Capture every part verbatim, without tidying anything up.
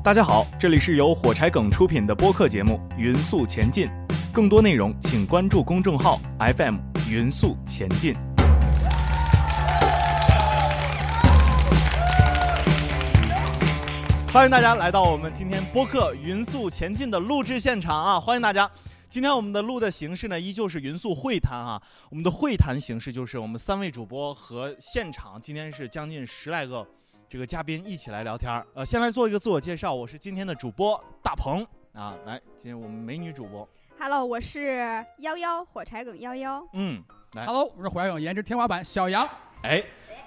大家好，这里是由火柴梗出品的播客节目《匀速前进》，更多内容请关注公众号 F M 匀速前进。欢迎大家来到我们今天播客《匀速前进》的录制现场啊！欢迎大家。今天我们的录的形式呢，依旧是匀速会谈啊。我们的会谈形式就是我们三位主播和现场，今天是将近十来个这个嘉宾一起来聊天。呃，先来做一个自我介绍，我是今天的主播大鹏啊。来，今天我们美女主播 ，Hello， 我是幺幺火柴梗幺幺。 嗯，来 ，Hello， 我是火柴梗颜值天花板小杨。 哎，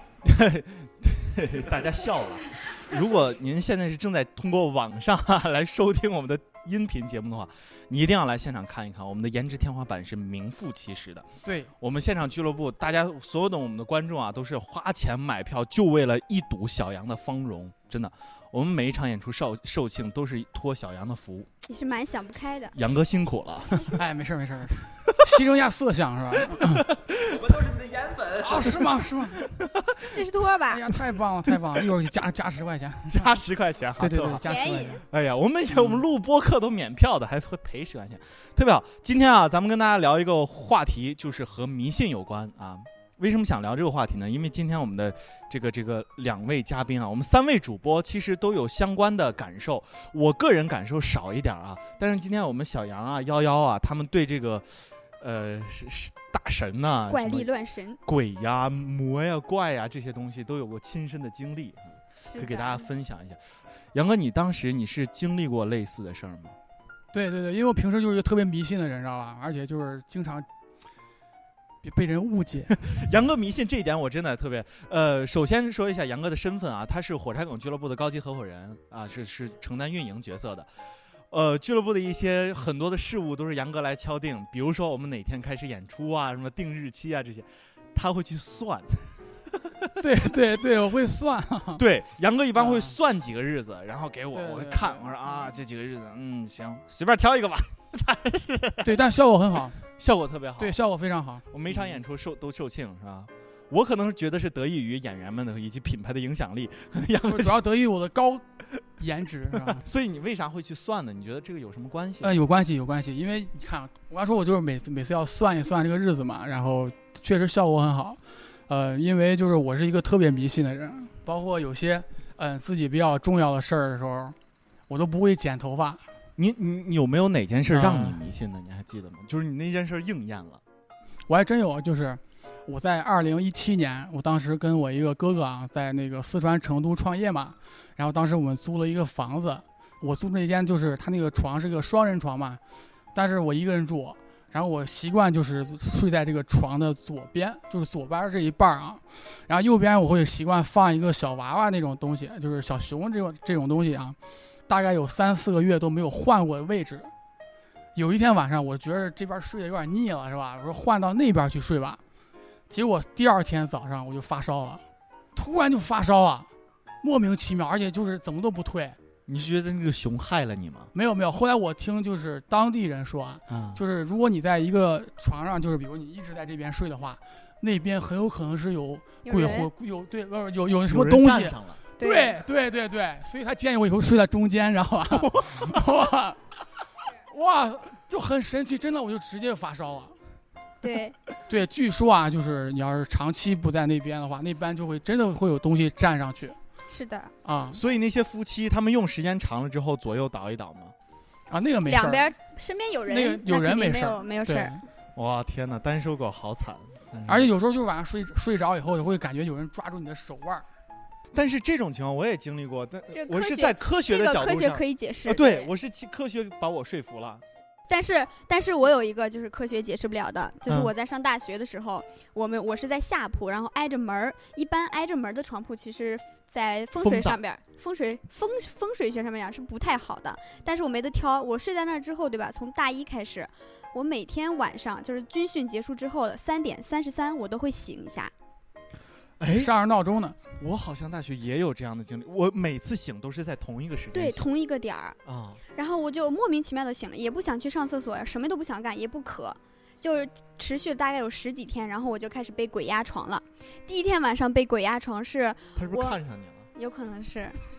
大家笑了。如果您现在是正在通过网上、啊、来收听我们的音频节目的话，你一定要来现场看一看，我们的颜值天花板是名副其实的。 对， 我们现场俱乐部，大家所有的我们的观众啊，都是花钱买票，就为了一睹小杨的芳容。真的，我们每一场演出售售罄都是托小杨的福。 你是蛮想不开的， 杨哥辛苦了。 哎，没事没事没事，牺牲一下色相是吧？ 我们都是你的颜粉啊，是吗？是吗？ 这是托吧？ 哎呀，太棒了太棒了！一会儿就加加十块钱， 加十块钱， 对对对，加十块钱。 哎呀，我们我们录播客都免票的，还会赔十块钱，特别好。今天啊，咱们跟大家聊一个话题，就是和迷信有关啊。为什么想聊这个话题呢？因为今天我们的这个这个两位嘉宾啊，我们三位主播其实都有相关的感受。我个人感受少一点啊，但是今天我们小杨啊、幺幺啊，他们对这个呃是是大神呐、啊、 怪力乱神、 鬼呀、魔呀、怪呀这些东西都有过亲身的经历， 可以给大家分享一下。杨哥，你当时你是经历过类似的事儿吗？ 对对对，因为我平时就是一个特别迷信的人，知道吧？而且就是经常被人误解。 杨哥迷信这一点我真的特别呃，首先说一下杨哥的身份啊，他是火柴梗俱乐部的高级合伙人啊，是是承担运营角色的。呃，俱乐部的一些很多的事务都是杨哥来敲定，比如说我们哪天开始演出啊，什么定日期啊这些，他会去算。 对对对，我会算。 对，杨哥一般会算几个日子，然后给我， 对对对我会看，我说啊，这几个日子，嗯，行，随便挑一个吧。 对，但效果很好， 效果特别好。 对，效果非常好。 我每场演出售都售罄，是吧？我可能觉得是得益于演员们的以及品牌的影响力， 主要得益于我的高颜值，是吧？ 所以你为啥会去算呢？你觉得这个有什么关系？ 呃，有关系，有关系。因为你看，我刚说我就是每每次要算一算这个日子嘛，然后确实效果很好。呃，因为就是我是一个特别迷信的人，包括有些嗯、呃、自己比较重要的事儿的时候，我都不会剪头发。 你你你有没有哪件事让你迷信的？呃、你还记得吗？就是你那件事应验了。 我还真有，就是我在二零一七年，我当时跟我一个哥哥啊，在那个四川成都创业嘛，然后当时我们租了一个房子，我租那间就是他那个床是个双人床嘛，但是我一个人住。然后我习惯就是睡在这个床的左边，就是左边这一半啊，然后右边我会习惯放一个小娃娃那种东西，就是小熊这种这种东西啊，大概有三四个月都没有换过位置。有一天晚上，我觉得这边睡得有点腻了，是吧？我说换到那边去睡吧。结果第二天早上我就发烧了，突然就发烧了，莫名其妙，而且就是怎么都不退。 你是觉得那个熊害了你吗？ 没有没有，后来我听就是当地人说啊， 嗯、 就是如果你在一个床上，就是比如你一直在这边睡的话，那边很有可能是有鬼魂，有对有有有什么东西。对对对对，所以他建议我以后睡在中间，然后啊，哇哇就很神奇，真的我就直接发烧了。 对对，据说啊，就是你要是长期不在那边的话，那边就会真的会有东西站上去。 是的啊， 所以那些夫妻他们用时间长了之后左右倒一倒吗？ 啊，那个没事， 两边身边有人， 那个有人没事，没有没有事。 哇天哪，单身狗好惨！ 而且有时候就晚上睡睡着以后，也会感觉有人抓住你的手腕。 但是这种情况我也经历过，但我是在科学的角度上， 这个科学可以解释。 啊、对，我是科学把我说服了。 但是，但是我有一个就是科学解释不了的，就是我在上大学的时候，嗯、我们我是在下铺，然后挨着门儿。一般挨着门的床铺，其实，在风水上边，风水风风水学上面讲是不太好的。但是我没得挑，我睡在那儿之后，对吧？从大一开始，我每天晚上就是军训结束之后三点三十三，我都会醒一下。 哎， 上着闹钟呢。 我好像大学也有这样的经历，我每次醒都是在同一个时间， 对，同一个点儿啊。 然后我就莫名其妙的醒了，也不想去上厕所，什么都不想干，也不渴，就是持续大概有十几天，然后我就开始被鬼压床了。第一天晚上被鬼压床是， 他是不是看上你了？ 有可能是。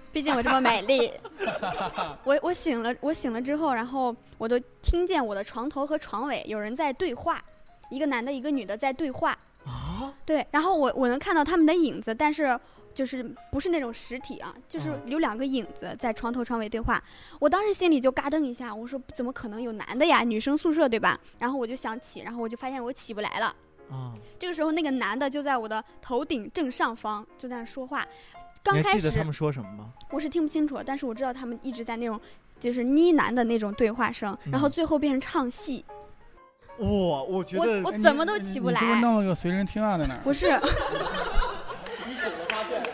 毕竟我这么美丽。我我醒了，我醒了之后，然后我都听见我的床头和床尾有人在对话，一个男的，一个女的在对话。 啊， 对，然后我我能看到他们的影子，但是就是不是那种实体啊，就是有两个影子在床头床尾对话。我当时心里就嘎噔一下，我说怎么可能有男的呀？女生宿舍对吧？然后我就想起，然后我就发现我起不来了。 啊， 这个时候那个男的就在我的头顶正上方就在那说话。刚你还开始记得他们说什么吗？ 我是听不清楚，但是我知道他们一直在那种就是呢喃的那种对话声， 嗯、 然后最后变成唱戏。 哇，我觉得我我怎么都起不来。 你是不是弄了个随身听啊在那儿？ 不是。 你醒了发现。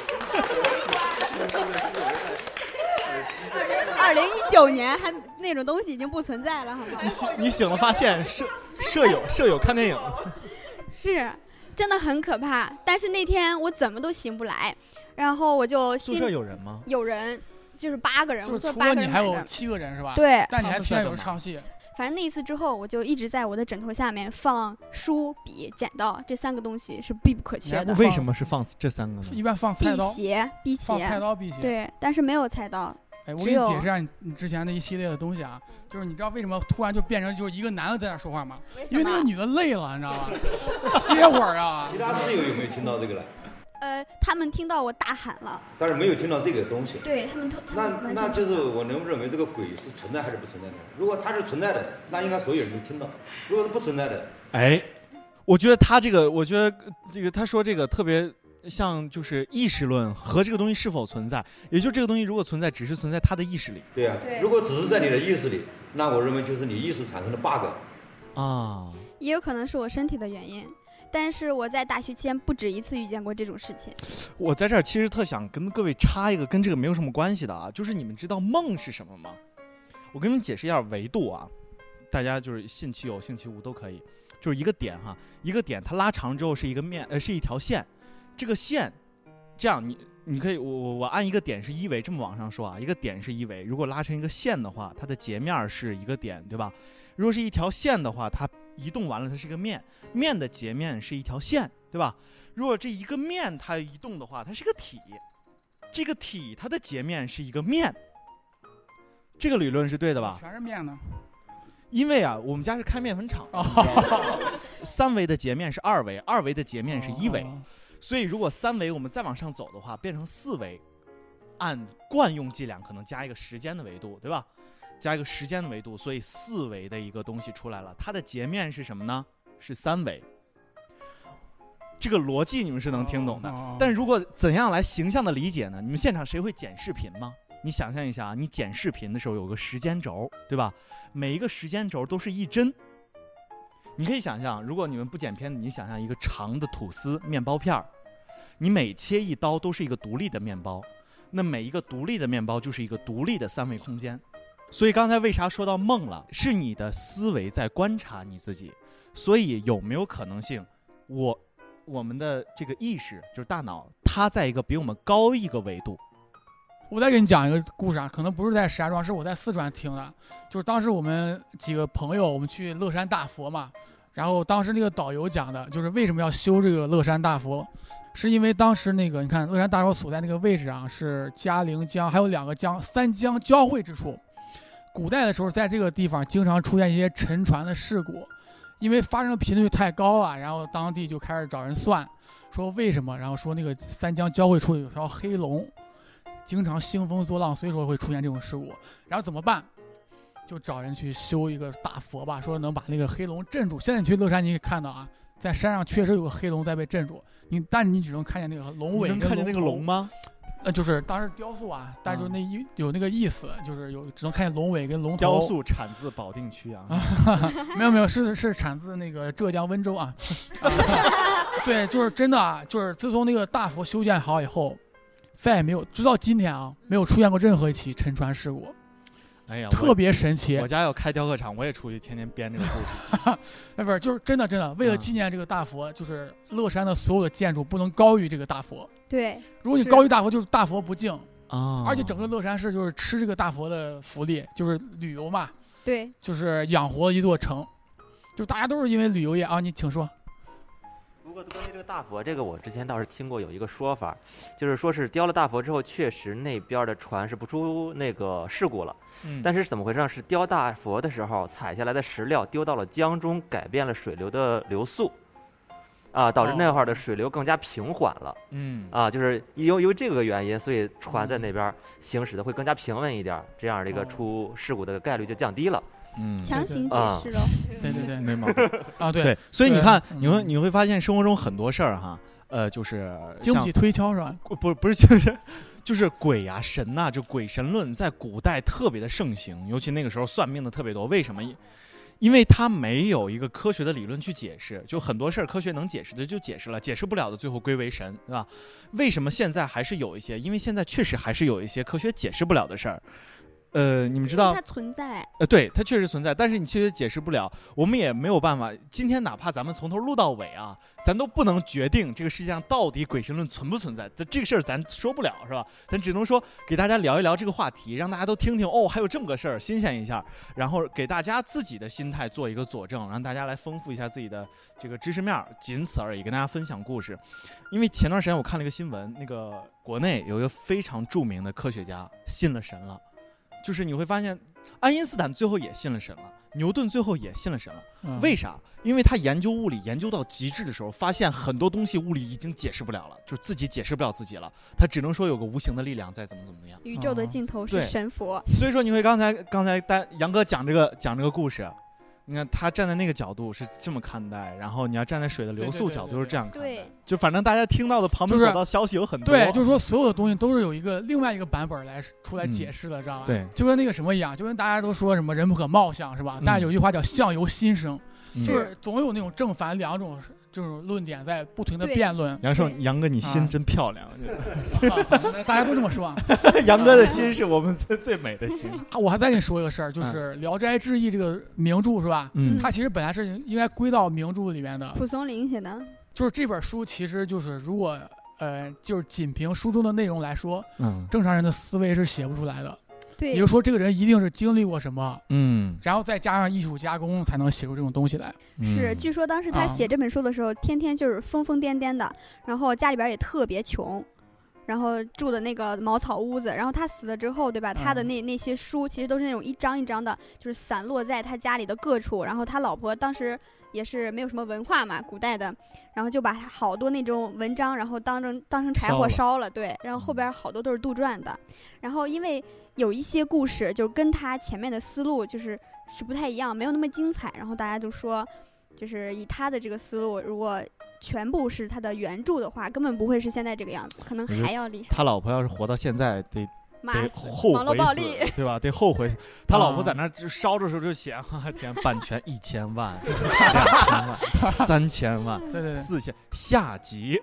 二零一九年还那种东西已经不存在了，好吗？ 你醒你醒了发现舍舍友舍友看电影。 是，真的很可怕。但是那天我怎么都醒不来，然后我就宿舍有人吗？ 有人，就是八个人， 就是除了你还有七个人是吧？ 对。 但你还听见有人唱戏。 反正那一次之后，我就一直在我的枕头下面放书、笔、剪刀，这三个东西是必不可缺的。 为什么是放这三个呢？ 一般放菜刀、 辟邪、辟邪、 放菜刀、辟邪。 对，但是没有菜刀。 哎，我给你解释一下你你之前那一系列的东西啊，就是你知道为什么突然就变成就是一个男的在那说话吗？因为那个女的累了，你知道吗？歇会儿啊。 其他室友有没有听到这个了？ 呃，他们听到我大喊了， 但是没有听到这个东西。 对他们都，他们那那就是我能认为这个鬼是存在还是不存在的？如果它是存在的，那应该所有人都听到；如果是不存在的， 哎，我觉得他这个，我觉得这个他说这个特别像就是意识论和这个东西是否存在，也就这个东西如果存在，只是存在他的意识里。 对呀、啊，如果只是在你的意识里，那我认为就是你意识产生的 bug 啊， 也有可能是我身体的原因。但是我在大学期间不止一次遇见过这种事情。 我在这儿其实特想跟各位插一个跟这个没有什么关系的啊，就是你们知道梦是什么吗？我跟你们解释一下维度啊，大家就是信其有信其无都可以。就是一个点哈，一个点它拉长之后是一个面呃是一条线，这个线这样你你可以我我我按一个点是一维这么往上说啊，一个点是一维，如果拉成一个线的话，它的截面是一个点，对吧？如果是一条线的话，它移动完了它是一个面，面的截面是一条线，对吧？如果这一个面它移动的话，它是个体，这个体它的截面是一个面，这个理论是对的吧？ 全是面呢。 因为啊，我们家是开面粉厂，哦、三维的截面是二维，二维的截面是一维，哦、所以如果三维我们再往上走的话，变成四维，按惯用计量可能加一个时间的维度，对吧？加一个时间的维度，所以四维的一个东西出来了，它的截面是什么呢？是三维。这个逻辑你们是能听懂的， 哦、 但如果怎样来形象的理解呢？你们现场谁会剪视频吗？你想象一下啊，你剪视频的时候有个时间轴，对吧？每一个时间轴都是一帧。你可以想象，如果你们不剪片子，你想象一个长的吐司面包片儿，你每切一刀都是一个独立的面包，那每一个独立的面包就是一个独立的三维空间。所以刚才为啥说到梦了？是你的思维在观察你自己。所以有没有可能性，我我们的这个意识就是大脑，它在一个比我们高一个维度。 我再给你讲一个故事啊，可能不是在石家庄，是我在四川听的。就是当时我们几个朋友，我们去乐山大佛嘛，然后当时那个导游讲的，就是为什么要修这个乐山大佛，是因为当时那个你看乐山大佛所在那个位置啊，是嘉陵江还有两个江三江交汇之处。古代的时候，在这个地方经常出现一些沉船的事故，因为发生的频率太高了，然后当地就开始找人算，说为什么，然后说那个三江交汇处有条黑龙。经常兴风作浪，所以说会出现这种事故。然后怎么办？就找人去修一个大佛吧，说能把那个黑龙镇住。现在你去乐山，你可以看到啊，在山上确实有个黑龙在被镇住。你但你只能看见那个龙尾， 能看见那个龙吗？ 呃，就是当时雕塑啊，但就那一、嗯、有那个意思，就是有只能看见龙尾跟龙头。 雕塑产自保定区啊？ 没有没有，是是产自那个浙江温州啊。啊对，就是真的啊，就是自从那个大佛修建好以后。再也没有，直到今天啊，没有出现过任何一起沉船事故。 哎呀， 特别神奇。 我家要开雕刻厂，我也出去天天编这个故事去。 哎，不是，就是真的真的，为了纪念这个大佛，嗯、就是乐山的所有的建筑不能高于这个大佛。 对， 如果你高于大佛，就是大佛不敬啊。 而且整个乐山市就是吃这个大佛的福利，就是旅游嘛。 对， 就是养活一座城，就大家都是因为旅游业啊。你请说。 如不过关于这个大佛，这个我之前倒是听过有一个说法，就是说是雕了大佛之后，确实那边的船是不出那个事故了。嗯，但是怎么回事呢？是雕大佛的时候采下来的石料丢到了江中，改变了水流的流速。啊，导致那块儿的水流更加平缓了。嗯，啊，就是由由于这个原因，所以船在那边行驶的会更加平稳一点，这样这个出事故的概率就降低了。 嗯，强行解释了。 对对对， 没毛病啊。对对，所以你看，你会你会发现生活中很多事儿哈，呃，就是经不起推敲是吧？ 不不是就是就是鬼呀、神呐，就鬼神论在古代特别的盛行，尤其那个时候算命的特别多。为什么？因为它没有一个科学的理论去解释，就很多事儿科学能解释的就解释了，解释不了的最后归为神，对吧？为什么现在还是有一些？因为现在确实还是有一些科学解释不了的事儿。呃，你们知道它存在， 呃，对，它确实存在，但是你确实解释不了，我们也没有办法。今天哪怕咱们从头录到尾啊，咱都不能决定这个世界上到底鬼神论存不存在，这这个事儿咱说不了，是吧？咱只能说给大家聊一聊这个话题，让大家都听听哦，还有这么个事儿，新鲜一下，然后给大家自己的心态做一个佐证，让大家来丰富一下自己的这个知识面，仅此而已，跟大家分享故事。因为前段时间我看了一个新闻，那个国内有一个非常著名的科学家信了神了。就是你会发现，爱因斯坦最后也信了神了，牛顿最后也信了神了。嗯、为啥？因为他研究物理研究到极致的时候，发现很多东西物理已经解释不了了，就自己解释不了自己了。他只能说有个无形的力量在怎么怎么样。 宇宙的尽头是神佛。 所以说，你会刚才刚才单杨哥讲这个讲这个故事。你看他站在那个角度是这么看待，然后你要站在水的流速角度是这样看待， 对， 就反正大家听到的旁门左道消息有很多， 对，就是说所有的东西都是有一个另外一个版本来出来解释的，知道吧？ 对， 就跟那个什么一样，就跟大家都说什么人不可貌相是吧？但是有一句话叫相由心生，就是总有那种正反两种这种论点在不停的辩论。 杨寿，杨哥你心真漂亮， 大家都这么说。 杨哥的心是我们最最美的心。 我还再跟你说一个事儿，就是《聊斋志异》这个名著是吧？嗯，它其实本来是应该归到名著里面的。 蒲松龄写的。 就是这本书，其实就是如果呃，就是仅凭书中的内容来说，嗯，正常人的思维是写不出来的。 对， 也就是说，这个人一定是经历过什么， 嗯， 然后再加上艺术加工，才能写出这种东西来。 是，据说当时他写这本书的时候，啊、天天就是疯疯癫癫的，然后家里边也特别穷，然后住的那个茅草屋子。然后他死了之后，对吧？嗯、他的那那些书其实都是那种一张一张的，就是散落在他家里的各处。然后他老婆当时也是没有什么文化嘛，古代的，然后就把好多那种文章，然后当成当成柴火烧了，对。然后后边好多都是杜撰的，然后因为有一些故事就跟他前面的思路就是是不太一样，没有那么精彩。然后大家就说，就是以他的这个思路，如果全部是他的原著的话，根本不会是现在这个样子，可能还要厉害。 他老婆要是活到现在，得得后悔死，对吧？得后悔死。他老婆在那烧的时候就写，天，版权一千万、两千万、三千万， 对对对， 四千，下集。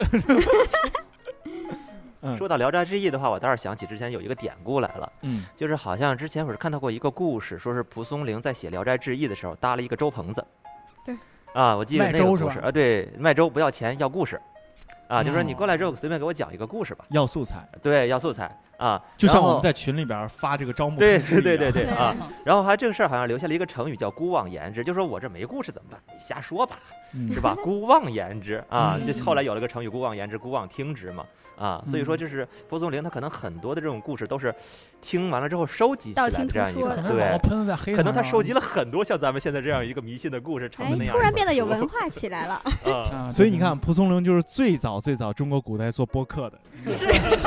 嗯、说到《聊斋志异》的话，我倒是想起之前有一个典故来了，嗯，就是好像之前我是看到过一个故事，说是蒲松龄在写《聊斋志异》的时候搭了一个粥棚子， 对， 啊，我记得那个故事啊，对，卖粥不要钱，要故事，啊，就说你过来之后随便给我讲一个故事吧， 要素材， 对，要素材啊， 就像我们在群里边发这个招募， 对对对对对啊，然后还这个事儿好像留下了一个成语叫孤妄言之，就说我这没故事怎么办？你瞎说吧，嗯、是吧？孤妄言之啊，就后来有了个成语孤妄言之，孤妄听之嘛。啊，所以说就是蒲松龄，他可能很多的这种故事都是听完了之后收集起来的这样一个，对，可能他收集了很多像咱们现在这样一个迷信的故事，成的那样。 突然变得有文化起来了。 啊，所以你看，蒲松龄就是最早最早中国古代做播客的。 是。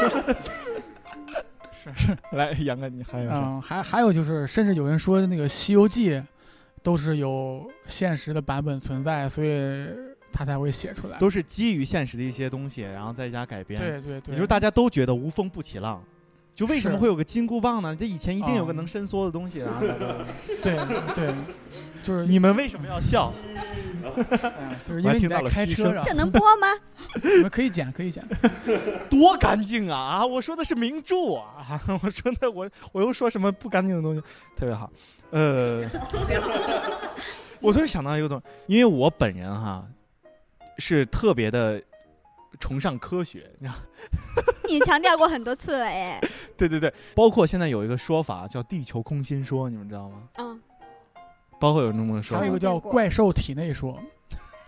是是。 来，杨哥，你还有啥？ 嗯，还还有就是，甚至有人说那个《西游记》都是有现实的版本存在，所以他才会写出来， 都是基于现实的一些东西，然后再加改编。 对对对， 也就是大家都觉得无风不起浪，就为什么会有个金箍棒呢？这以前一定有个能伸缩的东西啊。 嗯、对对，就是你们为什么要笑？ 哎、就是因为你在开车上， 这能播吗？ 你们可以剪，可以剪。 多干净啊！啊，我说的是名著啊！我说的我我又说什么不干净的东西，特别好。呃，我突然想到一个东西，因为我本人哈。是特别的崇尚科学，你知道？ 你强调过很多次了哎。 对对对，包括现在有一个说法叫地球空心说，你们知道吗？嗯。包括有这么个说法， 还有一个叫怪兽体内说。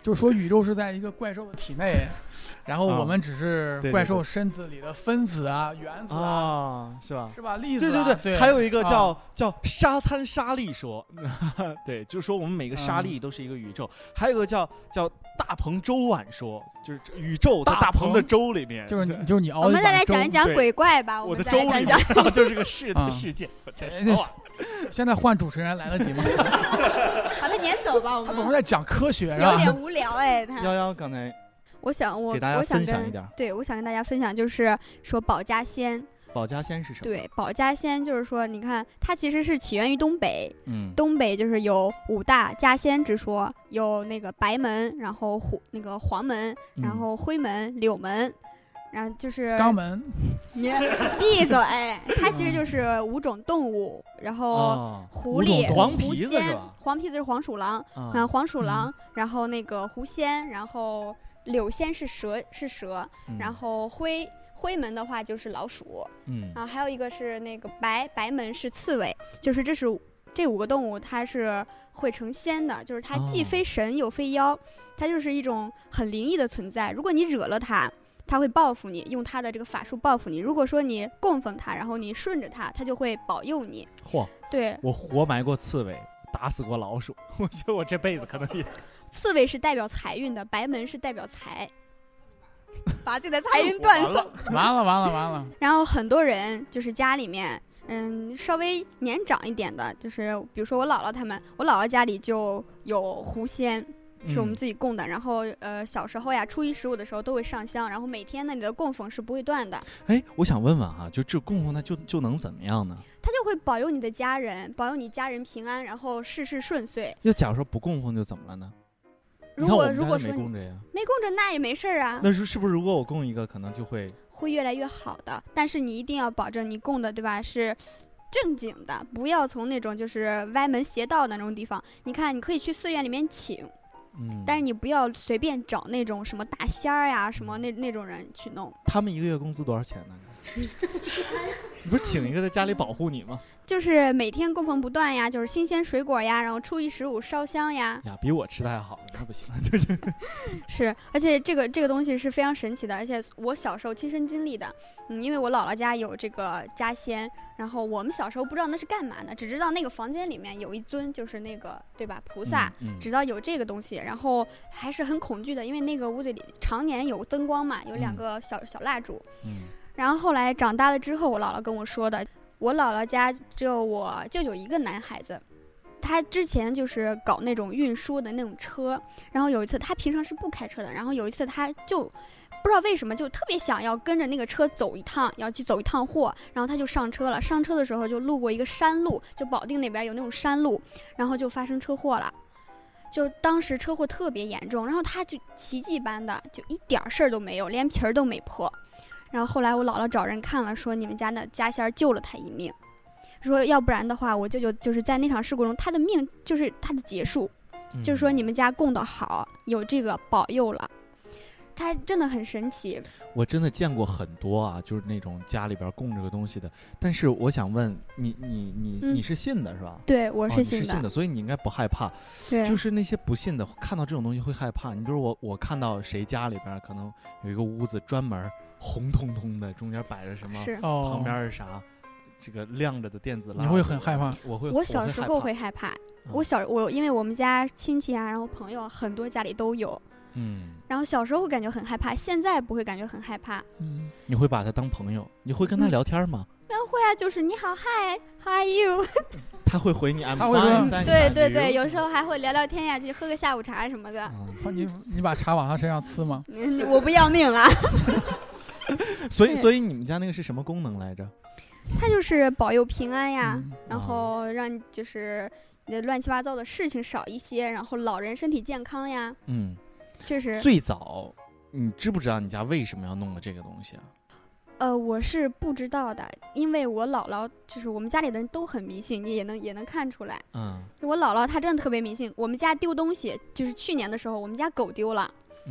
就是说宇宙是在一个怪兽的体内，然后我们只是怪兽身子里的分子啊、原子啊， 啊是吧？ 是吧？粒子、啊， 对对对, 对， 还有一个叫、 啊、 叫沙滩沙粒说，对，就是说我们每个沙粒都是一个宇宙。嗯、还有一个叫叫大鹏舟碗说，就是宇宙在大鹏的舟里面， 就是你就是你熬。 我们再来讲一讲鬼怪吧， 我的舟里面就是个世的世界。 现在换主持人来得及吗？ 把他撵走吧，我们。 他总是在讲科学， 有点无聊哎。 幺幺刚才， 我想我给大家分享一点， 对，我想跟大家分享就是说保家仙。 保家仙是什么？ 对，保家仙就是说，你看它其实是起源于东北， 嗯， 东北就是有五大家仙之说，有那个白门，然后虎那个黄门，然后灰门、嗯、柳门。然后就是肛门， 你闭嘴！哎，它其实就是五种动物，然后狐狸、 哦、黄皮子是吧？ 黄皮子是黄鼠狼，啊、嗯，黄鼠狼，嗯、然后那个狐仙，然后柳仙是蛇，是蛇，嗯、然后灰灰门的话就是老鼠，嗯，然后还有一个是那个白白门是刺猬，就是这是这五个动物，它是会成仙的，就是它既非神又非妖，哦、它就是一种很灵异的存在。如果你惹了它，他会报复你，用他的这个法术报复你。如果说你供奉他，然后你顺着他，他就会保佑你。 嚯！ 对， 我活埋过刺猬，打死过老鼠，我觉得我这辈子可能也。 刺猬是代表财运的，白门是代表财，把自己的财运断送。 完了完了完了。 然后很多人就是家里面，嗯，稍微年长一点的，就是比如说我姥姥他们，我姥姥家里就有狐仙。是我们自己供的，嗯、然后呃小时候呀，初一十五的时候都会上香，然后每天呢你的供奉是不会断的。 哎，我想问问哈，就这供奉它就就能怎么样呢？ 它就会保佑你的家人，保佑你家人平安，然后事事顺遂。 要假如说不供奉就怎么了呢？ 如果如果说没供着呀， 没供着那也没事啊。 那是是不是如果我供一个，可能就会会越来越好的？但是你一定要保证你供的对吧是。正经的，不要从那种就是歪门邪道的那种地方。你看，你可以去寺院里面请。嗯，但是你不要随便找那种什么大仙儿呀，什么那那种人去弄。 他们一个月工资多少钱呢？你不是请一个在家里保护你吗？ 就是每天供奉不断呀，就是新鲜水果呀，然后初一十五烧香呀。 呀，比我吃的还好，那不行，就是是，而且这个这个东西是非常神奇的，而且我小时候亲身经历的。嗯，因为我姥姥家有这个家仙，然后我们小时候不知道那是干嘛的，只知道那个房间里面有一尊，就是那个对吧菩萨，嗯嗯、知道有这个东西，然后还是很恐惧的，因为那个屋子里常年有灯光嘛，有两个小、嗯、小蜡烛。嗯。然后后来长大了之后，我姥姥跟我说的，我姥姥家只有我舅舅一个男孩子，他之前就是搞那种运输的那种车，然后有一次他平常是不开车的，然后有一次他就不知道为什么就特别想要跟着那个车走一趟，要去走一趟货，然后他就上车了，上车的时候就路过一个山路，就保定那边有那种山路，然后就发生车祸了。就当时车祸特别严重，然后他就奇迹般的就一点事儿都没有，连皮儿都没破。然后后来我姥姥找人看了，说你们家的家仙救了他一命，说要不然的话我舅舅就是在那场事故中他的命就是他的结束，嗯、就是说你们家供得好，有这个保佑了，他真的很神奇。 我真的见过很多啊，就是那种家里边供这个东西的，但是我想问你你你、嗯、你是信的是吧？ 对，我是信的、 哦、你是信的，所以你应该不害怕。 对， 就是那些不信的看到这种东西会害怕。你比如我我看到谁家里边可能有一个屋子专门红彤彤的，中间摆着什么， 是旁边是啥，这个亮着的电子蜡， 你会很害怕？ 我会， 我小时候会害怕。 嗯、 我小我因为我们家亲戚啊，然后朋友很多家里都有， 嗯， 然后小时候会感觉很害怕，现在不会感觉很害怕。 嗯， 你会把他当朋友？你会跟他聊天吗？ 嗯，会啊，就是你好 ，Hi，How are you？ 他会回你 I'm fine， 对对对，有时候还会聊聊天呀，去喝个下午茶什么的。 嗯、你你把茶往他身上呲吗？ 嗯，我不要命了。 所以所以你们家那个是什么功能来着？ 它就是保佑平安呀， 嗯、 然后让就是你的乱七八糟的事情少一些，然后老人身体健康呀。 嗯， 确实。 最早你知不知道你家为什么要弄个这个东西啊？ 呃，我是不知道的，因为我姥姥就是我们家里的人都很迷信，你也能也能看出来。 嗯， 我姥姥她真的特别迷信。我们家丢东西，就是去年的时候，我们家狗丢了。 嗯，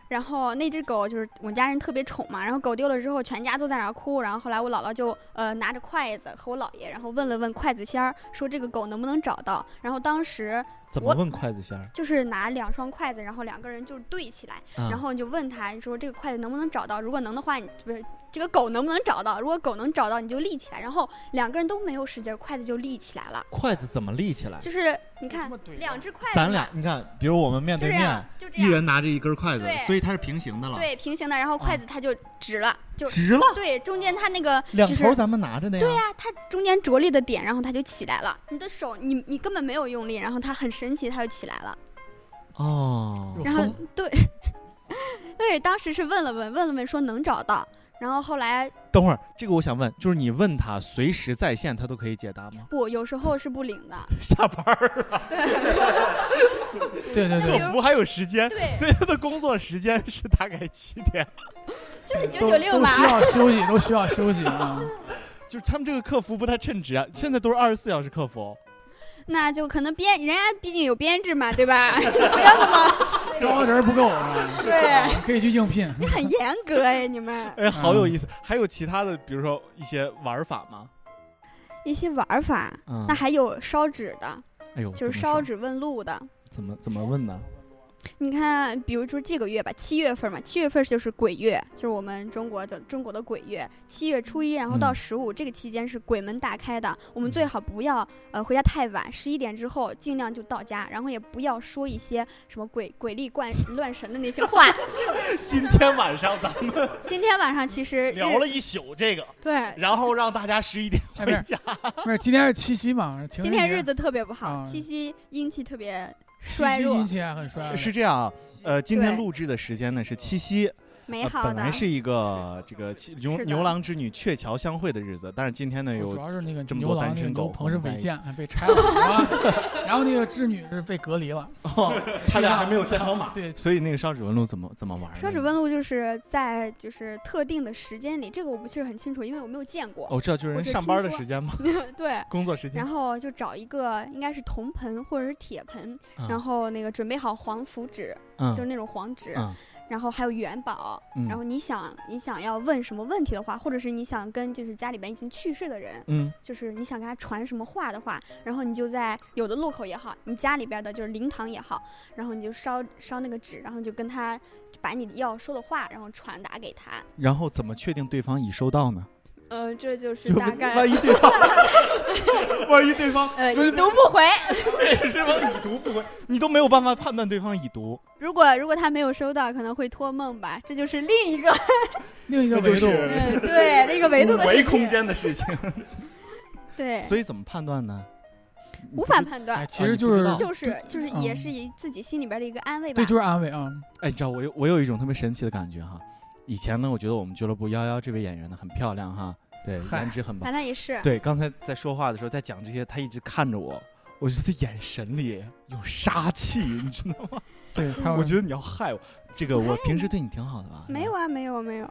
然后那只狗就是我们家人特别宠嘛，然后狗丢了之后，全家都在那儿哭。然后后来我姥姥就呃拿着筷子和我姥爷，然后问了问筷子仙儿，说这个狗能不能找到。然后当时怎么问筷子仙儿？ 就是拿两双筷子，然后两个人就对起来， 啊、 然后你就问他，你说这个筷子能不能找到？如果能的话，你不是这个狗能不能找到？如果狗能找到，你就立起来。然后两个人都没有使劲，筷子就立起来了。 筷子怎么立起来？ 就是你看两只筷子， 咱俩你看，比如我们面对面，一人拿着一根筷子，所以它是平行的了。 对，平行的，然后筷子它就直了，啊、就直了。 对，中间它那个、就是、 两头咱们拿着的呀。 对呀、啊，它中间着力的点，然后它就起来了。你的手，你你根本没有用力，然后它很神奇，它就起来了。 哦。 然后对，对，当时是问了问，问了问说能找到。然后后来， 等会儿，这个我想问，就是你问他随时在线，他都可以解答吗？ 不，有时候是不灵的。 下班了。 对对对， 客服还有时间， 对， 所以他的工作时间是大概七点， 就是九九六嘛， 都需要休息，都需要休息啊。 就是他们这个客服不太称职啊，现在都是二十四小时客服。 那就可能编人家毕竟有编制嘛，对吧？不要那么招人不够啊。 对， 可以去应聘。 你很严格哎，你们。 哎，好有意思。还有其他的，比如说一些玩法吗？ 一些玩法， 嗯、 那还有烧纸的。 哎呦， 就是烧纸问路的。 怎么怎么问呢？ 你看，比如说这个月吧，七月份嘛，七月份就是鬼月，就是我们中国的中国的鬼月。七月初一，然后到十五、嗯、这个期间是鬼门大开的。我们最好不要呃回家太晚，十一点之后尽量就到家，然后也不要说一些什么鬼鬼力怪乱神的那些话。 今天晚上咱们今天晚上其实聊了一宿这个， 对， 然后让大家十一点回家。 不是，今天是七夕嘛？ 今天日子特别不好， 啊、 七夕阴气特别衰弱， 阴气还很衰弱。 是这样，呃，今天录制的时间呢是七夕， 美好的、 呃。本来是一个这个牛牛郎织女鹊桥相会的日子，但是今天呢有主要是那个这么多单身狗， 牛棚是违建，还被拆了，然后那个织女是被隔离了， 哦、他俩还没有见好马。 对， 所以那个烧纸问路怎么怎么玩？ 烧纸问路就是在就是特定的时间里，这个我不是很清楚，因为我没有见过。 我、哦、知道，就是人上班的时间吗？ 对， 工作时间。 然后就找一个应该是铜盆或者是铁盆， 嗯、 然后那个准备好黄符纸， 嗯、 就是那种黄纸。 嗯然后还有元宝、 嗯， 然后你想你想要问什么问题的话，或者是你想跟就是家里边已经去世的人， 嗯， 就是你想跟他传什么话的话，然后你就在有的路口也好，你家里边的就是灵堂也好，然后你就烧烧那个纸，然后就跟他就把你要说的话，然后传达给他。 然后怎么确定对方已收到呢？ 呃，这就是大概。 万一对方，万一对方呃已读不回， 对，对方已读不回，你都没有办法判断对方已读。 如果如果他没有收到，可能会托梦吧，这就是另一个另一个维度， 嗯，对，另一个维度的五维空间的事情。 对， 所以怎么判断呢？ 无法判断， 哎、其实就是、 啊、就是就是也是以自己心里边的一个安慰吧。 对，就是安慰啊。 哎，你知道我有我有一种特别神奇的感觉哈。以前呢，我觉得我们俱乐部幺幺这位演员呢很漂亮哈，对，颜值很棒。 反正也是。 对，刚才在说话的时候，在讲这些，他一直看着我，我觉得眼神里有杀气，你知道吗？ 对，他我觉得你要害我。这个我平时对你挺好的吧？ 没有啊，没有没有。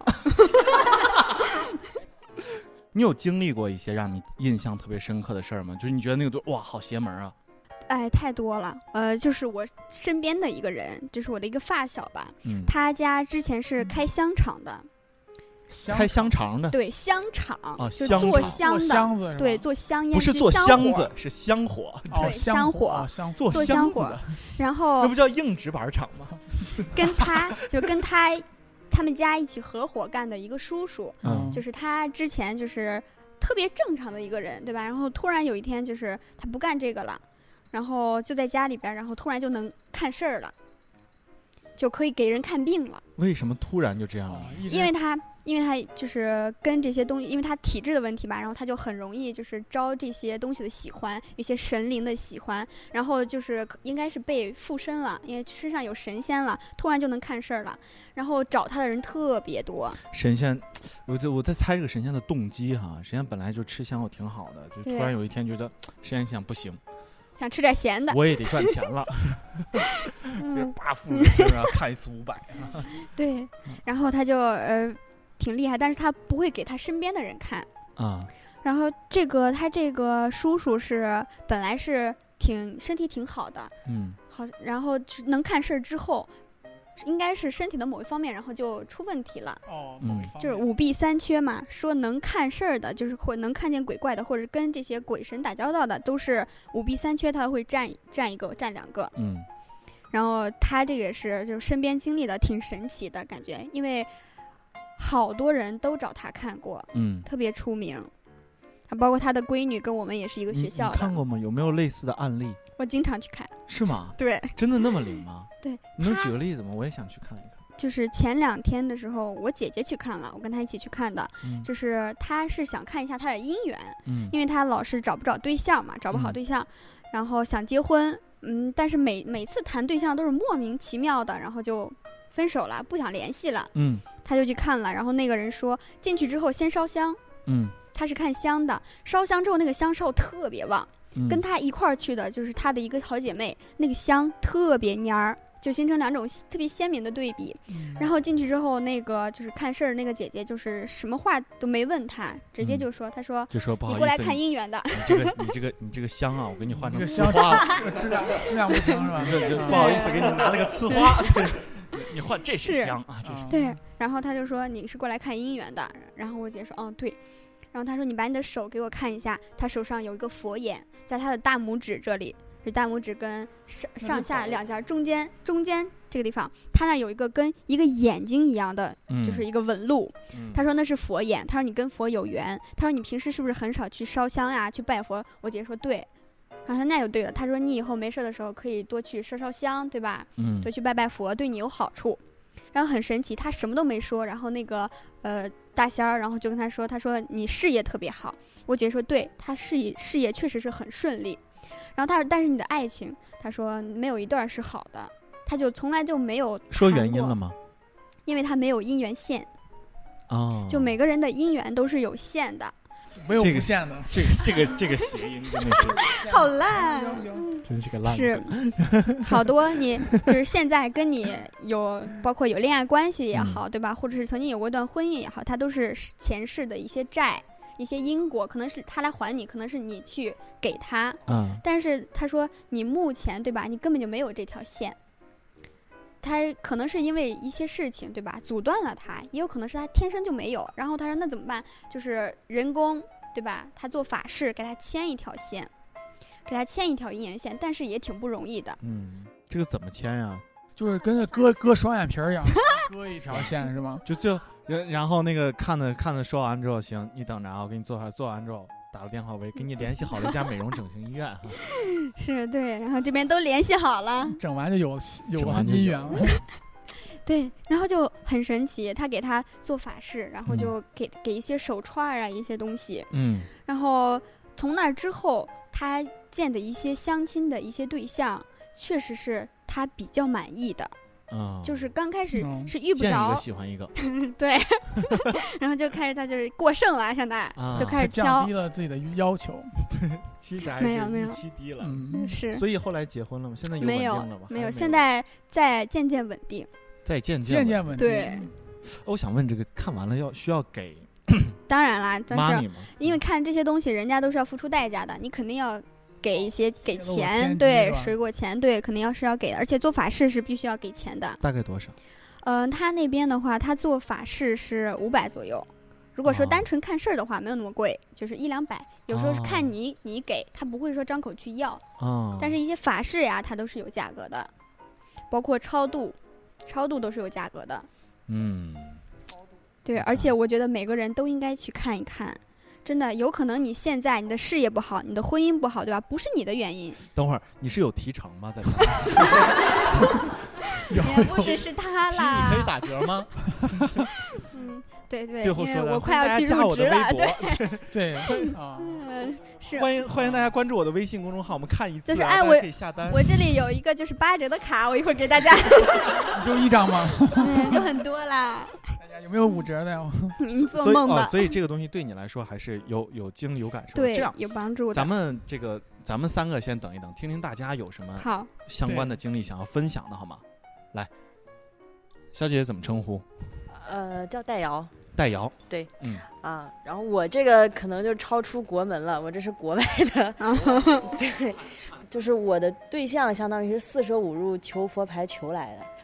你有经历过一些让你印象特别深刻的事儿吗？就是你觉得那个哇，好邪门啊！ 哎，太多了。呃，就是我身边的一个人，就是我的一个发小吧， 嗯， 他家之前是开香肠的， 开香肠的， 对，香肠， 哦， 就做香的， 香子对，做香烟， 不是做香子，是香火， 对，香火， 哦、香做香子的， 然后那不叫硬纸板厂吗？ 跟他就跟他他们家一起合伙干的一个叔叔， 嗯， 就是他之前就是特别正常的一个人，对吧？然后突然有一天就是他不干这个了。然后就在家里边，然后突然就能看事儿了，就可以给人看病了。 为什么突然就这样了？ 因为他，因为他就是跟这些东西，因为他体质的问题吧，然后他就很容易就是招这些东西的喜欢，一些神灵的喜欢，然后就是应该是被附身了，因为身上有神仙了，突然就能看事儿了，然后找他的人特别多。 神仙，我在我在猜这个神仙的动机哈，神仙本来就吃香火挺好的，就突然有一天觉得神仙想不行。 想吃点咸的， 我也得赚钱了。 嗯， 大富人生啊，看一次五百。 对，然后他就呃挺厉害，但是他不会给他身边的人看啊。 然后这个他这个叔叔是本来是挺身体挺好的， 嗯， 好，然后能看事儿之后， 应该是身体的某一方面，然后就出问题了。 哦， 嗯， 就是五弊三缺嘛，说能看事儿的，就是或能看见鬼怪的，或者跟这些鬼神打交道的，都是五弊三缺，他会占占一个，占两个。 嗯， 然后他这个也是，就是身边经历的挺神奇的感觉，因为好多人都找他看过， 嗯， 特别出名。包括他的闺女跟我们也是一个学校的。 你, 你看过吗？有没有类似的案例？ 我经常去看。 是吗？ 对， 真的那么灵吗？ 对， 你能举个例子吗？我也想去看一看。 就是前两天的时候，我姐姐去看了，我跟她一起去看的。嗯、就是她是想看一下她的姻缘，嗯，因为她老是找不找对象嘛，找不好对象，嗯、然后想结婚，嗯，但是每每次谈对象都是莫名其妙的，然后就分手了，不想联系了，嗯，她就去看了，然后那个人说进去之后先烧香，嗯。他是看香的，烧香之后那个香烧特别旺，嗯、跟他一块儿去的就是他的一个好姐妹，那个香特别蔫儿，就形成两种特别鲜明的对比。嗯、然后进去之后，那个就是看事儿那个姐姐，就是什么话都没问他，直接就说：“他、嗯、说就说不好意思， 你过来看姻缘的。 你这个你这个你这个香啊，我给你换成呲花了， 质量质量不行是吧？ 就不好意思，给你拿了个呲花。对，你换这是香啊，这是香。 对。然后他就说你是过来看姻缘的，然后我姐说：嗯，对。”然后他说：“你把你的手给我看一下。”他手上有一个佛眼，在他的大拇指这里，是大拇指跟上上下两颊中间中间这个地方，他那有一个跟一个眼睛一样的，嗯、就是一个纹路。嗯、他说那是佛眼。他说你跟佛有缘。他说你平时是不是很少去烧香呀、去拜佛？我姐说对。然后他那就对了。他说你以后没事的时候可以多去烧烧香，对吧？嗯，多去拜拜佛，对你有好处。然后很神奇，他什么都没说，然后那个呃大仙儿，然后就跟他说，他说你事业特别好。我姐说对，他事业事业确实是很顺利。然后他说但是你的爱情，他说没有一段是好的，他就从来就没有说原因了吗？ 因为他没有姻缘线。 哦， 就每个人的姻缘都是有限的。 没有无限的， 这个这个这个谐音真的是好烂， 真是个烂。 是好多你就是现在跟你有包括有恋爱关系也好，嗯、对吧？或者是曾经有过一段婚姻也好，它都是前世的一些债、一些因果，可能是他来还你，可能是你去给他。嗯。但是他说你目前对吧，你根本就没有这条线。他可能是因为一些事情对吧，阻断了他，也有可能是他天生就没有。然后他说那怎么办？就是人工对吧？他做法事给他牵一条线，给他牵一条姻缘线，但是也挺不容易的。 嗯，这个怎么牵呀？ 就是跟那割割双眼皮儿一样，割一条线是吗？ 就就然后那个看的看的说完之后，行，你等着啊，我给你做好，做完之后打个电话，我给你联系好了一家美容整形医院。 是对，然后这边都联系好了， 整完就有有完姻缘了。 对，然后就很神奇，他给他做法事，然后就给、嗯、给一些手串啊，一些东西。嗯，然后从那之后，他见的一些相亲的一些对象，确实是他比较满意的。嗯，就是刚开始是遇不着，见一个喜欢一个， 对，然后就开始他就是过剩了，现在、啊、就开始挑， 降低了自己的要求。 其实还是预期低了， 嗯，是， 所以后来结婚了吗？现在有稳定了吧？ 没有，没有，现在在渐渐稳定， 在渐渐渐稳定。 对， 我想问这个看完了要需要给？ 当然啦，但是因为嗯看这些东西，人家都是要付出代价的，你肯定要。给一些给钱，对，水果钱，对，肯定要是要给的，而且做法事是必须要给钱的。 大概多少？ 嗯、呃，他那边的话，他做法事是五百左右。如果说单纯看事儿的话，哦、没有那么贵，就是一两百。有时候是看你、哦、你给他不会说张口去要。哦。但是一些法事呀，它都是有价格的，包括超度，超度都是有价格的。 嗯。 对，而且我觉得每个人都应该去看一看。真的有可能你现在你的事业不好，你的婚姻不好，对吧？不是你的原因。 等会儿你是有提成吗？在也不只是他啦。 你可以打折吗？ 嗯，对对。 最后说我快要去入职了，对对啊。 嗯，是。 欢迎欢迎大家关注我的微信公众号，我们看一次， 就是哎，我可以下单。 我这里有一个就是八折的卡，我一会儿给大家。 就一张吗？ 嗯，有很多啦。 有没有五折的呀？ 您做梦吧。 所以、哦、所以这个东西对你来说还是有有经历有感受。 对， 这样有帮助的。 咱们这个咱们三个先等一等，听听大家有什么好相关的经历想要分享的，好吗？来，小姐姐怎么称呼？ 呃，叫戴瑶。 戴瑶。 对， 嗯啊，然后我这个可能就超出国门了，我这是国外的。对，就是我的对象相当于是四舍五入求佛牌求来的。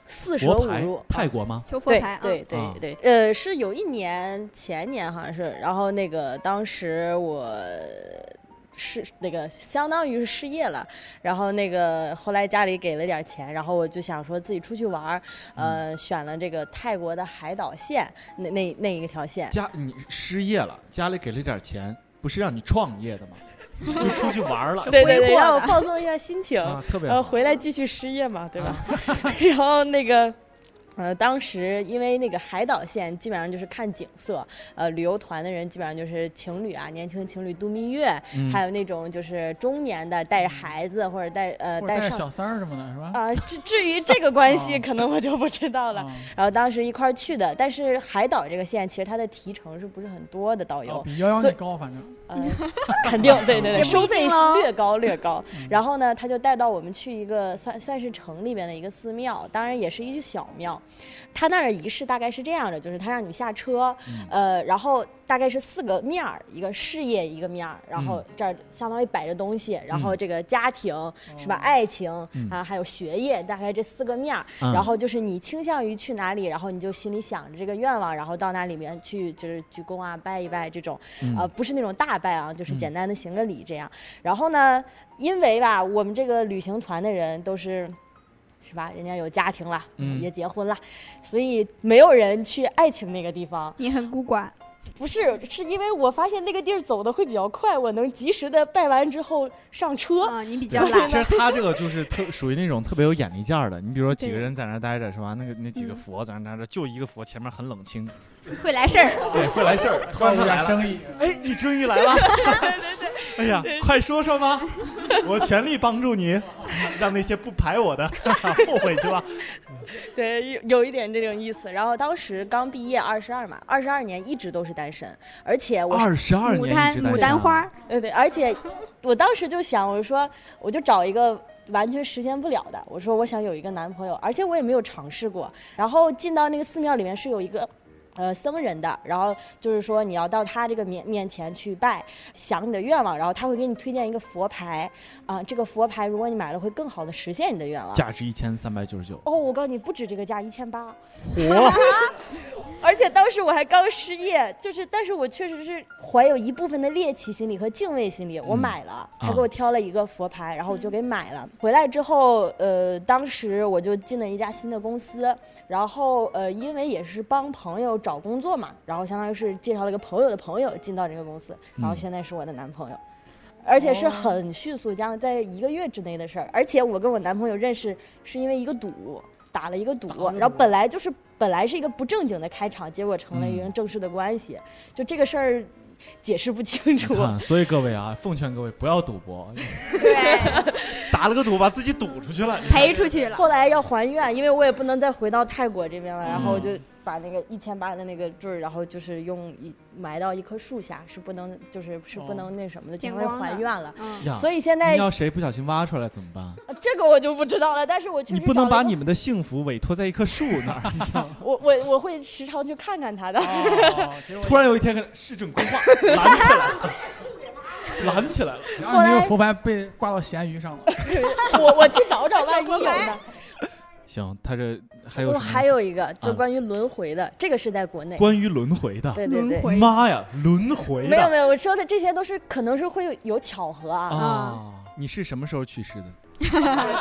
四舍五入。 泰国吗？ 求佛牌， 对对对对，呃，是有一年前年好像是，然后那个当时我。是那个相当于是失业了，然后那个后来家里给了点钱，然后我就想说自己出去玩，呃，嗯、选了这个泰国的海岛线那那那一个条线。 家你失业了，家里给了点钱，不是让你创业的吗？就出去玩了， 对对对，让我放松一下心情， 啊、特别然后回来继续失业嘛，对吧？啊、然后那个。呃，当时因为那个海岛线基本上就是看景色，呃，旅游团的人基本上就是情侣啊，年轻情侣度蜜月，嗯、还有那种就是中年的带着孩子或者带呃带上小三儿什么的，是吧？ 啊、呃，至至于这个关系，可能我就不知道了。哦、然后当时一块儿去的，但是海岛这个线其实它的提成是不是很多的导游？ 哦、比幺幺那高，反正。 呃，肯定对对对，收费略高略高。然后呢，他就带到我们去一个算算是城里边的一个寺庙，当然也是一个小庙。他那儿的仪式大概是这样的，就是他让你下车，嗯、呃，然后大概是四个面儿，一个事业一个面儿，然后这儿相当于摆着东西，嗯、然后这个家庭、嗯、是吧，爱情、嗯、啊，还有学业，大概这四个面儿。嗯、然后就是你倾向于去哪里，然后你就心里想着这个愿望，然后到那里面去就是鞠躬啊，拜一拜这种，嗯、呃，不是那种大拜啊，就是简单的行个礼这样。嗯、然后呢，因为吧，我们这个旅行团的人都是。是吧？人家有家庭了，嗯、也结婚了，所以没有人去爱情那个地方。 你很孤寡。 不是，是因为我发现那个地儿走的会比较快，我能及时的拜完之后上车。 啊、嗯，你比较懒。 其实他这个就是特属于那种特别有眼力劲儿的。你比如说几个人在那待着是吧？那个那几个佛在那待着，就一个佛前面很冷清， 会来事儿。 对，会来事儿。突然来生意， 哎，你终于来了。对对对。哎呀，快说说吧，我全力帮助你，让那些不排我的后悔去吧。 对，有有一点这种意思。然后当时刚毕业，二十二嘛，二十二年一直都是单身，而且我二十二年一直单身，牡丹花， 对对，而且我当时就想，我说我就找一个完全实现不了的，我说我想有一个男朋友，而且我也没有尝试过。然后进到那个寺庙里面是有一个。呃，僧人的，然后就是说你要到他这个面面前去拜，想你的愿望，然后他会给你推荐一个佛牌，啊、呃，这个佛牌如果你买了会更好的实现你的愿望。 价值一千三百九十九。 哦，我告诉你，不止这个价，一千八。 嚯！ 而且当时我还刚失业，就是，但是我确实是怀有一部分的猎奇心理和敬畏心理，我买了，嗯、他给我挑了一个佛牌，然后我就给买了。回来之后，呃，当时我就进了一家新的公司，然后呃，因为也是帮朋友找工作嘛，然后相当于是介绍了一个朋友的朋友进到这个公司，然后现在是我的男朋友。嗯，而且是很迅速，将在一个月之内的事儿。而且我跟我男朋友认识是因为一个赌，打了一个赌，然后本来就是本来是一个不正经的开场，结果成了一个正式的关系。嗯、就这个事儿解释不清楚。 所以各位啊，奉劝各位不要赌博。 对， 打了个赌，把自己赌出去了， 赔出去了。 后来要还愿，因为我也不能再回到泰国这边了，然后我就。把那个一千八的那个坠，然后就是用一埋到一棵树下，是不能就是是不能那什么的，就会还愿了。 嗯， 所以现在要谁不小心挖出来怎么办？ 这个我就不知道了。但是我确实你不能把你们的幸福委托在一棵树那儿，你知道吗？ 我我我会时常去看看它的。 哦、突然有一天，市政规划拦起来了。拦起来了， 然后那个佛牌被挂到咸鱼上了。 我我去找找，万一有呢。 行，他这还有我还有一个，就关于轮回的，啊、这个是在国内。 关于轮回的， 对对对， 妈呀，轮回的！ 没有没有，我说的这些都是可能是会有有巧合啊。 啊，啊你是什么时候去世的？ 我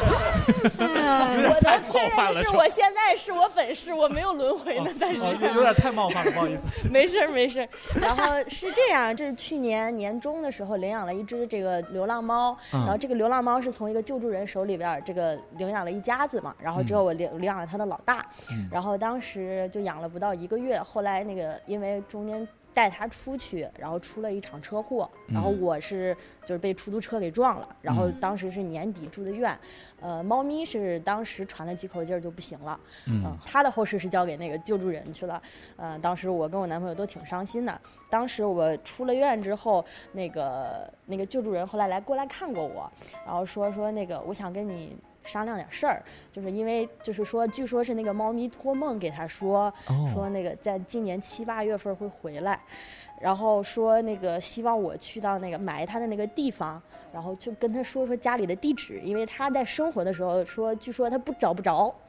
能确认的是，我现在是我本是，我没有轮回呢。但是、 哦、有点太冒犯了，不好意思。 没事没事。然后是这样，这是去年年中的时候领养了一只这个流浪猫，嗯、然后这个流浪猫是从一个救助人手里边这个领养了一家子嘛，然后之后我领领养了他的老大，嗯、然后当时就养了不到一个月，后来那个因为中间。带他出去，然后出了一场车祸，然后我是就是被出租车给撞了，然后当时是年底住的院，呃，猫咪是当时喘了几口劲儿就不行了，嗯、呃，他的后事是交给那个救助人去了，呃，当时我跟我男朋友都挺伤心的。当时我出了院之后，那个那个救助人后来来过来看过我，然后说说那个我想跟你。商量点事儿，就是因为就是说，据说是那个猫咪托梦给他说，哦、说那个在今年七八月份会回来，然后说那个希望我去到那个埋他的那个地方，然后就跟他说说家里的地址，因为他在生活的时候说，据说他不找不着。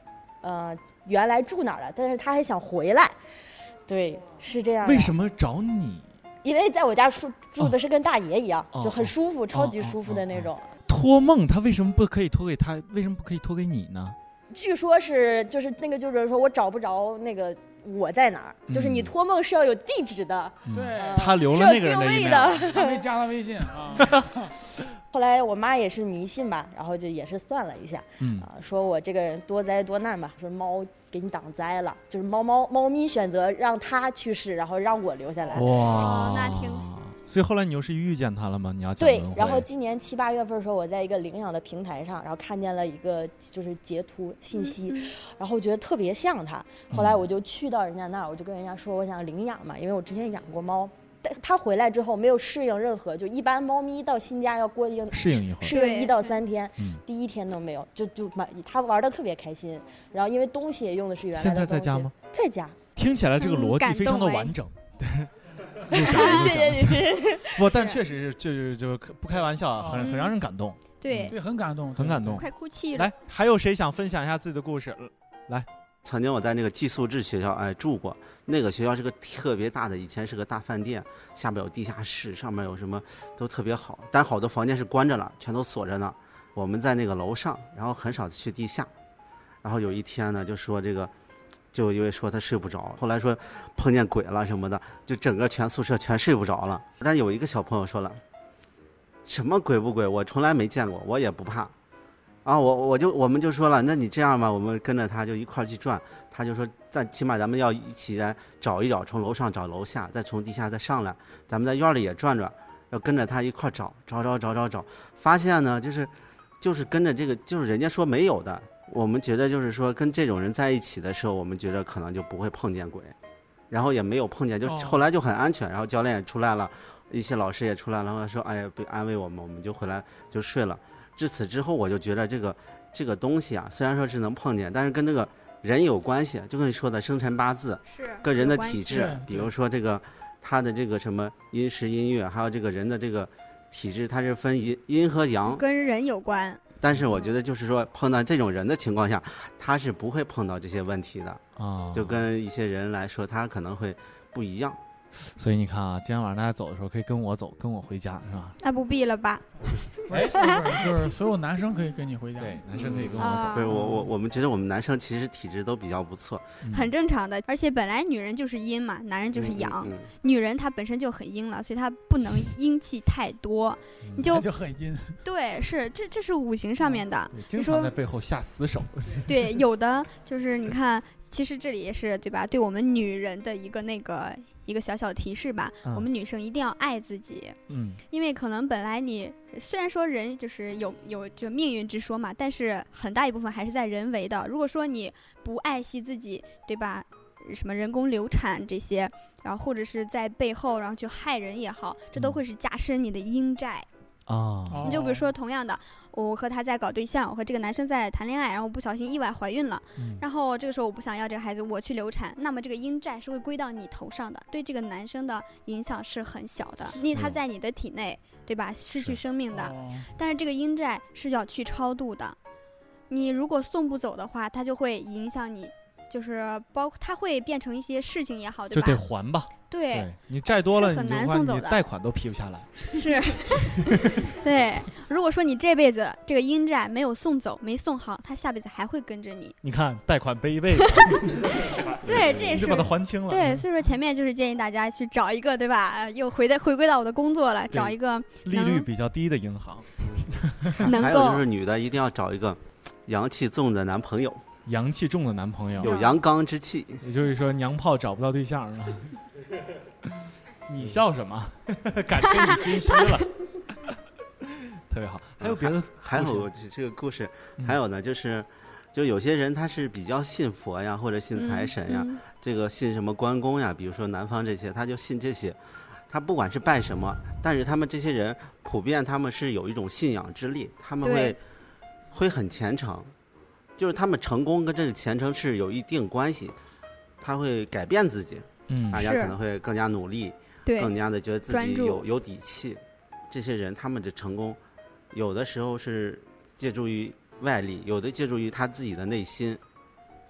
呃原来住哪儿了，但是他还想回来。对，是这样。 为什么找你？ 因为在我家住住的是跟大爷一样， 哦、 就很舒服、 哦、 超级舒服的那种。 哦哦哦、托梦他为什么不可以托给他？为什么不可以托给你呢？ 据说是就是那个就是说我找不着那个我在哪儿，嗯、就是你托梦是要有地址的， 对、 呃， 他留了那个人的定位的， 他没加他微信啊。 后来我妈也是迷信吧，然后就也是算了一下， 嗯啊、呃，说我这个人多灾多难吧，说猫给你挡灾了，就是猫猫猫咪选择让它去世，然后让我留下来。 哇， 哦、那挺。 所以后来你又是遇见他了吗？你要讲对，然后今年七八月份的时候，我在一个领养的平台上，然后看见了一个就是截图信息， 嗯、 然后觉得特别像他。后来我就去到人家那儿，我就跟人家说我想领养嘛，因为我之前养过猫。他回来之后没有适应任何，就一般猫咪到新家要过一个适应一会儿， 适应一到三天， 嗯、 第一天都没有，就就他玩的特别开心。然后因为东西也用的是原来的东西。 现在在家吗？ 在家。 听起来这个逻辑非常的完整。 嗯对。 谢谢你，谢谢你。 不，但确实是，就就不开玩笑，很很让人感动。 对对，很感动， 很感动， 快哭泣了。 来，还有谁想分享一下自己的故事？来， 曾经我在那个寄宿制学校哎住过，那个学校是个特别大的，以前是个大饭店，下边有地下室，上面有什么都特别好，但好多房间是关着了，全都锁着呢。我们在那个楼上，然后很少去地下。然后有一天呢，就说这个。就因为说他睡不着，后来说碰见鬼了什么的，就整个全宿舍全睡不着了。但有一个小朋友说了，什么鬼不鬼，我从来没见过，我也不怕。啊，我我就我们就说了，那你这样吧，我们跟着他就一块去转。他就说，但起码咱们要一起来找一找，从楼上找楼下，再从地下再上来，咱们在院里也转转，要跟着他一块找，找找找找找，发现呢，就是就是跟着这个，就是人家说没有的。我们觉得就是说跟这种人在一起的时候，我们觉得可能就不会碰见鬼，然后也没有碰见，就后来就很安全。然后教练也出来了，一些老师也出来了，然后说哎呀，安慰我们，我们就回来就睡了。至此之后，我就觉得这个这个东西啊，虽然说是能碰见，但是跟这个人有关系，就跟你说的生辰八字， 是跟人的体质，比如说这个他的这个什么阴时阴月，还有这个人的这个体质，它是分阴阴和阳， 跟人有关。 但是我觉得就是说碰到这种人的情况下，他是不会碰到这些问题的啊，就跟一些人来说，他可能会不一样。 所以你看啊，今天晚上大家走的时候可以跟我走，跟我回家是吧？ 那不必了吧？ 哎，就是所有男生可以跟你回家， 对，男生可以跟我走。 不是我我我们觉得我们男生其实体质都比较不错， 很正常的。而且本来女人就是阴嘛，男人就是阳， 嗯嗯、 女人她本身就很阴了，所以她不能阴气太多，你就就很阴。 对，是这这是五行上面的。 经常在背后下死手。 对，有的就是你看，其实这里也是对吧？对我们女人的一个那个。一个小小提示吧、嗯，我们女生一定要爱自己，嗯，因为可能本来你虽然说人就是有有这命运之说嘛，但是很大一部分还是在人为的。如果说你不爱惜自己，对吧？什么人工流产这些，然后或者是在背后然后去害人也好，这都会是加深你的阴债。 啊、 你就比如说同样的，我和他在搞对象，我和这个男生在谈恋爱，然后不小心意外怀孕了、嗯、然后这个时候我不想要这个孩子，我去流产，那么这个阴债是会归到你头上的，对这个男生的影响是很小的，因为他在你的体内、嗯、对吧，失去生命的、哦、但是这个阴债是要去超度的，你如果送不走的话，它就会影响你，就是包括它会变成一些事情也好，对吧， 就得还吧。 对, 对你债多了， 很难送走的， 你贷款都批不下来。 是，对。如果说你这辈子这个阴债没有送走，没送好，他下辈子还会跟着你。 你看，贷款背一辈子。 对，这也是你把它还清了。 对，所以说前面就是建议大家去找一个，对吧？又回的回归到我的工作了，找一个利率比较低的银行。 能够。 还有就是女的一定要找一个阳气重的男朋友。 阳气重的男朋友， 有阳刚之气。 也就是说，娘炮找不到对象是吧？你笑什么？感觉你心虚了。特别好。还有别的？ 还有这个故事，还有呢，就是就有些人他是比较信佛呀，或者信财神呀， 嗯嗯、 这个信什么关公呀，比如说南方这些，他就信这些。他不管是拜什么，但是他们这些人普遍他们是有一种信仰之力，他们会会很虔诚。就是他们成功跟这个虔诚是有一定关系，他会改变自己， 嗯， 大家可能会更加努力，更加的觉得自己有有底气。这些人他们的成功，有的时候是借助于外力，有的借助于他自己的内心。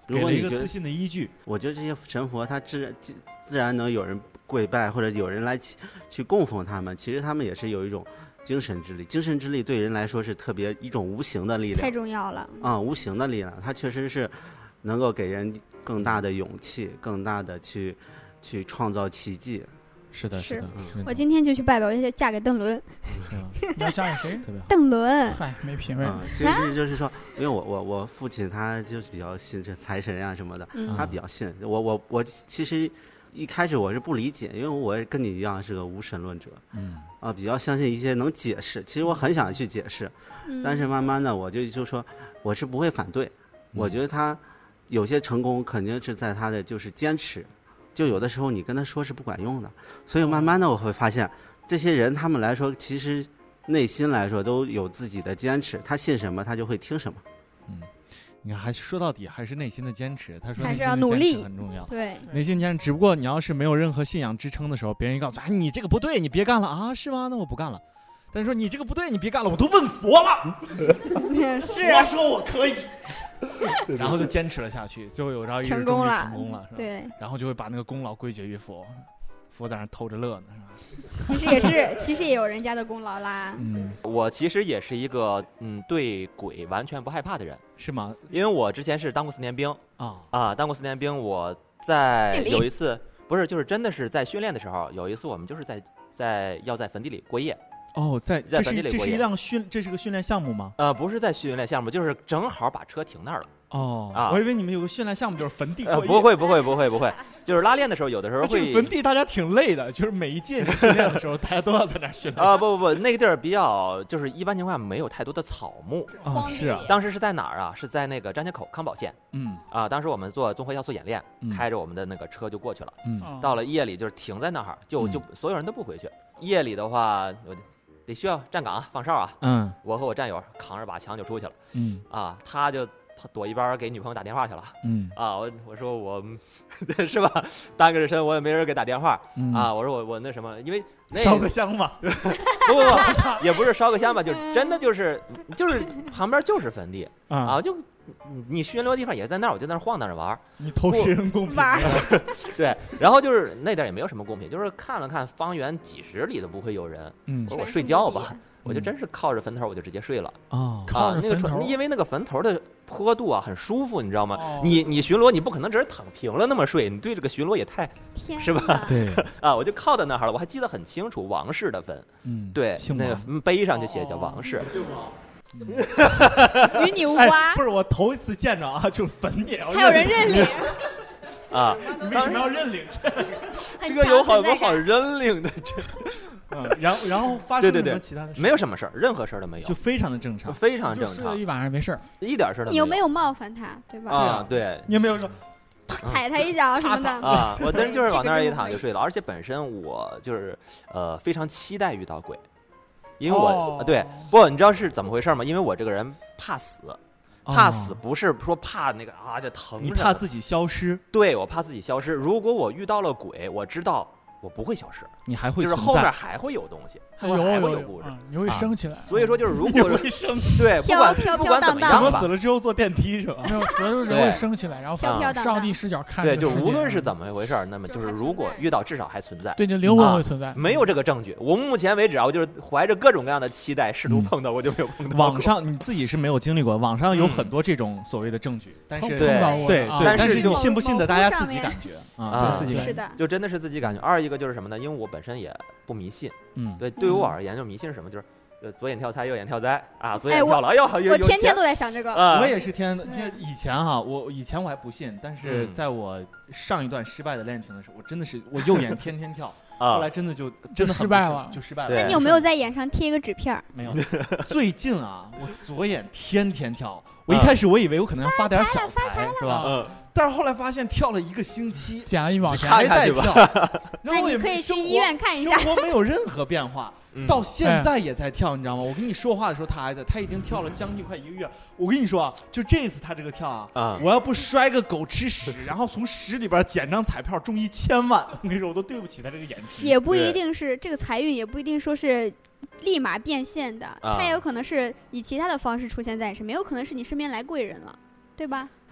如果你觉得给了一个自信的依据， 我觉得这些神佛他自然自然能有人跪拜，或者有人来去供奉他们，其实他们也是有一种精神之力。精神之力对人来说是特别一种无形的力量， 太重要了啊、嗯！无形的力量，它确实是能够给人更大的勇气，更大的去去创造奇迹。 是的，是的。 嗯、我今天就去拜拜，我就嫁给邓伦。 你要嫁给谁？ 邓伦。 嗨，没品位。 嗯，其实就是说，因为我我我父亲他就是比较信这财神啊什么的， 嗯、 他比较信。我我我其实一开始我是不理解，因为我也跟你一样是个无神论者。 嗯。 啊，比较相信一些能解释。其实我很想去解释， 嗯、 但是慢慢的我就就说我是不会反对。 嗯、 我觉得他有些成功肯定是在他的就是坚持。就有的时候你跟他说是不管用的，所以慢慢的我会发现，这些人他们来说，其实内心来说都有自己的坚持，他信什么他就会听什么。 嗯，你看，还是说到底还是内心的坚持。他说还是要努力很重要， 对， 内心坚持。只不过你要是没有任何信仰支撑的时候，别人一告诉哎你这个不对，你别干了啊，是吗？那我不干了。但是说你这个不对，你别干了，我都问佛了， 是我说我可以。然后就坚持了下去，最后有朝一日成功了， 成功了，是吧？ 对， 然后就会把那个功劳归结于佛，佛在那偷着乐呢，是吧？ 其实也是，其实也有人家的功劳啦。 嗯， 我其实也是一个嗯对鬼完全不害怕的人， 是吗？ 因为我之前是当过四年兵啊啊，当过四年兵，我在有一次不是就是真的是在训练的时候，有一次我们就是在在要在坟地里过夜。 哦，在在坟地里这是一辆训，这是个训练项目吗？ 呃，不是在训练项目，就是正好把车停那儿了。 哦， 啊， 我以为你们有个训练项目就是坟地过夜。 呃，不会，不会，不会，不会，就是拉练的时候，有的时候会。 这个坟地大家挺累的，就是每一届训练的时候，大家都要在那儿训练。 啊，不不不，那个地儿比较，就是一般情况下没有太多的草木。 啊，是啊。 当时是在哪儿啊？是在那个张家口康保县。 嗯。 啊，当时我们做综合要素演练， 嗯、 开着我们的那个车就过去了。 嗯。 到了夜里就是停在那儿，就就所有人都不回去。夜里的话，我。得需要站岗放哨啊！ 嗯， 我和我战友扛着把枪就出去了。 嗯， 啊，他就躲一边给女朋友打电话去了。 嗯， 啊，我我说我是吧，单个身我也没人给打电话。 嗯、 啊，我说我我那什么，因为那烧个香吧。 不不不，也不是烧个香吧，就真的就是就是旁边就是坟地、 嗯、 啊，就你巡逻的地方也在那儿，我就在那儿晃荡着玩。 你偷食人贡品玩？ 对，然后就是那点也没有什么贡品，就是看了看方圆几十里都不会有人。 嗯， 我说我睡觉吧。我就真是靠着坟头，我就直接睡了。 哦， 靠着坟头， 因为那个坟头的坡度啊很舒服，你知道吗？哦、你你巡逻，你不可能只是躺平了那么睡，你对这个巡逻也太是吧？ 对啊，我就靠在那儿了，我还记得很清楚，王氏的坟， 嗯， 对，那个碑上就写叫王氏。 与你无关、 哎。不是我头一次见着啊，就是坟也要还有人认领。 啊， 你为什么要认领这个？ 这个有好多好认领的，这。 嗯，然后然后发生什么其他的事？ 没有什么事儿，任何事儿都没有， 就非常的正常， 非常正常。 睡了一晚上没事儿， 一点事儿都没有。 你有没有冒犯他，对吧？ 啊，对， 你有没有说踩他一脚什么的？ 啊，我真就是往那儿一躺就睡了，而且本身我就是呃非常期待遇到鬼，因为我、 哦、 对不，你知道是怎么回事吗？因为我这个人怕死。怕死不是说怕那个啊，就疼。 你怕自己消失？ 对，我怕自己消失。如果我遇到了鬼，我知道我不会消失， 你还会就是后面还会有东西， 还有还会有故事， 嗯、你会升起来、啊。 所以说就是如果会升， 对，不管不管怎么样吧， 死了之后坐电梯是吧？ 没有死了之后人会升起来，然后上帝视角看。 对，就无论是怎么回事，那么就是如果遇到，至少还存在。 对，你灵魂会存在。 没有这个证据，我目前为止啊，我就是怀着各种各样的期待，试图碰到，我就没有碰到。 网上你自己是没有经历过，网上有很多这种所谓的证据，但是对对，但是你信不信的，大家自己感觉啊， 自己是的， 就真的是自己感觉。二一个就是什么呢？因为我本身也不迷信， 嗯， 对，对于我而言，就迷信是什么？就是呃，左眼跳财，右眼跳灾啊，左眼跳了，哎呦， 我天天都在想这个。 我也是天，以前哈，我以前我还不信，但是在我上一段失败的恋情的时候，我真的是我右眼天天跳，后来真的就真的失败了， 就失败了。 那你有没有在眼上贴一个纸片？ 没有。最近啊，我左眼天天跳，我一开始我以为我可能要发点小财，是吧？嗯。但是后来发现跳了一个星期， 捡了一毛钱， 还在跳。 那你可以去医院看一下。 生活没有任何变化，到现在也在跳，你知道吗？我跟你说话的时候他还在，他已经跳了将近快一个月。我跟你说啊，就这次他这个跳啊， 啊我要不摔个狗吃屎，然后从屎里边捡张彩票中一千万，我跟你说我都对不起他这个演技。 也不一定是这个财运，也不一定说是立马变现的， 啊、 它也有可能是以其他的方式出现在你身边，有可能是你身边来贵人了，对吧？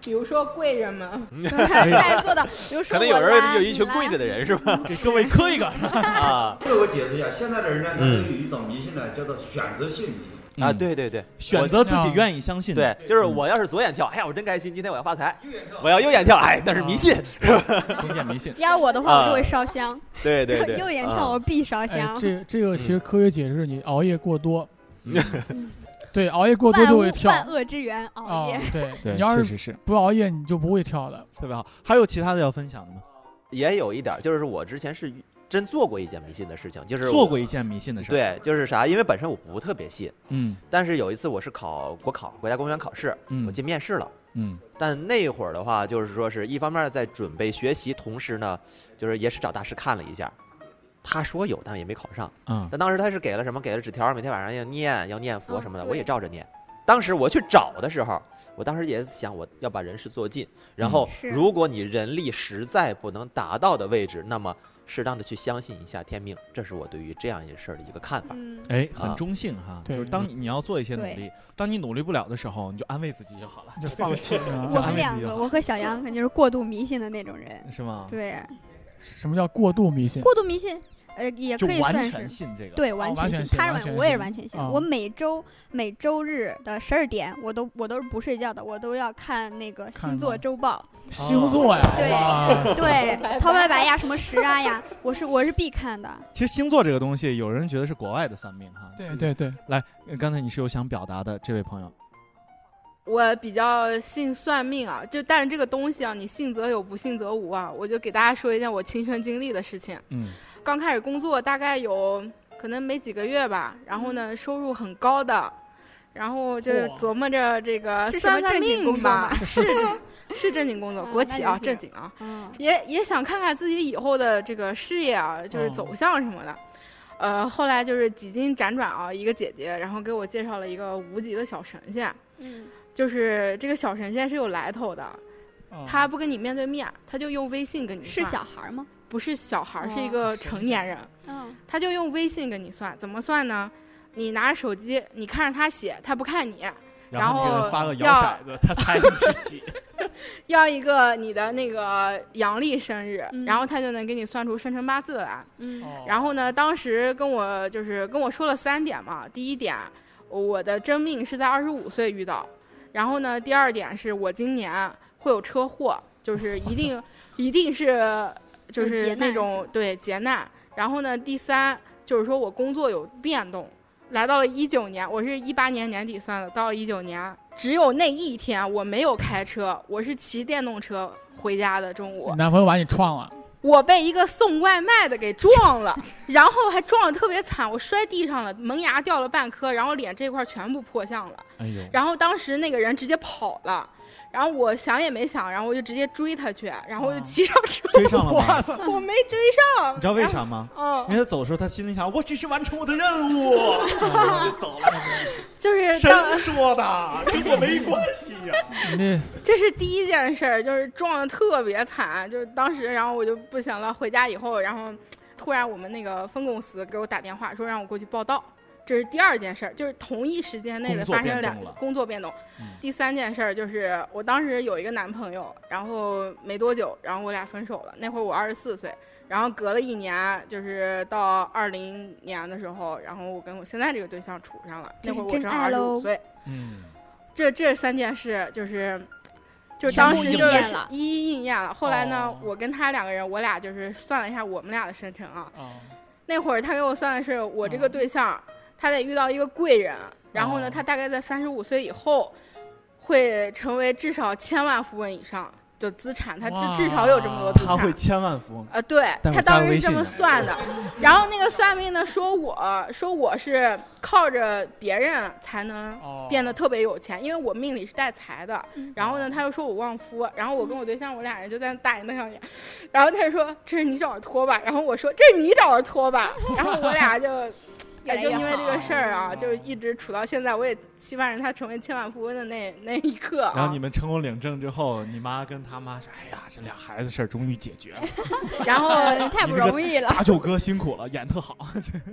比如说贵人们， 在座的，比如说可能有人有一群跪着的人是吧？ 给各位磕一个啊。 这个我解释一下，现在的人呢，他有一种迷信呢，叫做选择性迷信。 啊，对对对， 选择自己愿意相信的。 对，就是我要是左眼跳，哎呀，我真开心，今天我要发财；我要右眼跳，哎，那是迷信，是吧？ 封建迷信。 要我的话，我就会烧香。 对对对， 右眼跳我必烧香。 这这个其实科学解释，你熬夜过多。对，熬夜过多就会跳。 万恶之源，熬夜。 对对， 你要是是不熬夜，你就不会跳的， 特别好。还有其他的要分享的吗？ 也有一点，就是我之前是真做过一件迷信的事情，就是做过一件迷信的事。 对，就是啥？因为本身我不特别信， 嗯， 但是有一次我是考国考，国家公务员考试， 嗯， 我进面试了， 嗯， 但那会儿的话，就是说是一方面在准备学习，同时呢，就是也是找大师看了一下，他说有，但也没考上， 嗯， 但当时他是给了什么？给了纸条，每天晚上要念，要念佛什么的，我也照着念。当时我去找的时候，我当时也想我要把人事做尽，然后如果你人力实在不能达到的位置，那么适当的去相信一下天命，这是我对于这样一件事的一个看法。 哎，很中性哈， 对， 就是当你你要做一些努力，当你努力不了的时候，你就安慰自己就好了， 就放弃。 我们两个，我和小杨肯定是过度迷信的那种人， 是吗？ 对。 什么叫过度迷信？ 过度迷信。呃，也可以算是完全信这个， 对，完全信。他是我也是完全信。 哦、 我每周每周日的十二点，我都我都是不睡觉的，我都要看那个星座周报。 星座呀？ 对对，陶白白呀，什么十啊呀，我是我是必看的。 其实星座这个东西，有人觉得是国外的算命哈。 对对对。 来，刚才你是有想表达的，这位朋友。 我比较信算命啊，就但是这个东西啊，你信则有，不信则无啊。我就给大家说一件我亲身经历的事情。 嗯。 刚开始工作大概有可能没几个月吧，然后呢收入很高的，然后就琢磨着这个算算命吧，是是正经工作，国企啊，正经啊，也也想看看自己以后的这个事业啊，就是走向什么的。呃，后来就是几经辗转啊，一个姐姐然后给我介绍了一个无极的小神仙，嗯，就是这个小神仙是有来头的，他不跟你面对面，他就用微信跟你算。是小孩吗？ 不是小孩，是一个成年人， 嗯， 他就用微信跟你算，怎么算呢？你拿着手机，你看着他写，他不看你，然后你给他发个摇骰子，他猜你是几， 要一个你的那个阳历生日， 嗯、 然后他就能给你算出生辰八字来。 嗯， 然后呢，当时跟我就是跟我说了三点嘛，第一点，我的真命是在二十五岁遇到，然后呢，第二点是我今年会有车祸，就是一定一定是。就是那种对劫难，然后呢，第三就是说我工作有变动，来到了一九年，我是一八年年底算的，到了一九年，只有那一天我没有开车，我是骑电动车回家的。中午， 男朋友把你撞了， 我被一个送外卖的给撞了，然后还撞得特别惨，我摔地上了，门牙掉了半颗，然后脸这块全部破相了。 哎呦！ 然后当时那个人直接跑了。然后我想也没想，然后我就直接追他去，然后我就骑上车， 追上了吗？ 我没追上， 你知道为啥吗？ 嗯， 因为他走的时候，他心里想，我只是完成我的任务，就走了。 就是神说的，跟我没关系呀。 这是第一件事，就是撞得特别惨，就是当时，然后我就不行了，回家以后，然后突然我们那个分公司给我打电话说让我过去报到。这是第二件事，就是同一时间内的发生两工作变动。 嗯、 第三件事就是我当时有一个男朋友，然后没多久，然后我俩分手了。那会儿我二十四岁，然后隔了一年，就是到二零年的时候，然后我跟我现在这个对象处上了。那会儿我正二十五岁。 嗯， 这这三件事就是，就是当时就是一一应验了。后来呢， 哦、 我跟他两个人，我俩就是算了一下我们俩的生辰啊。 哦、 那会儿他给我算的是我这个对象。哦他得遇到一个贵人，然后呢，他大概在三十五岁以后，会成为至少千万富翁以上的资产，他至至少有这么多资产。 他会千万富翁。 呃，对，他当时是这么算的。然后那个算命的说我说我是靠着别人才能变得特别有钱，因为我命里是带财的。然后呢，他又说我旺夫，然后我跟我对象我俩人就在大眼瞪小眼，然后他就说这是你找的托吧，然后我说这是你找的托吧，然后我俩就。哎，就因为这个事儿啊，就一直处到现在。我也期盼着他成为千万富翁的那那一刻、啊。 然后你们成功领证之后，你妈跟他妈说：“哎呀，这俩孩子事儿终于解决了。” 然后太不容易了。 大舅哥辛苦了，演特好。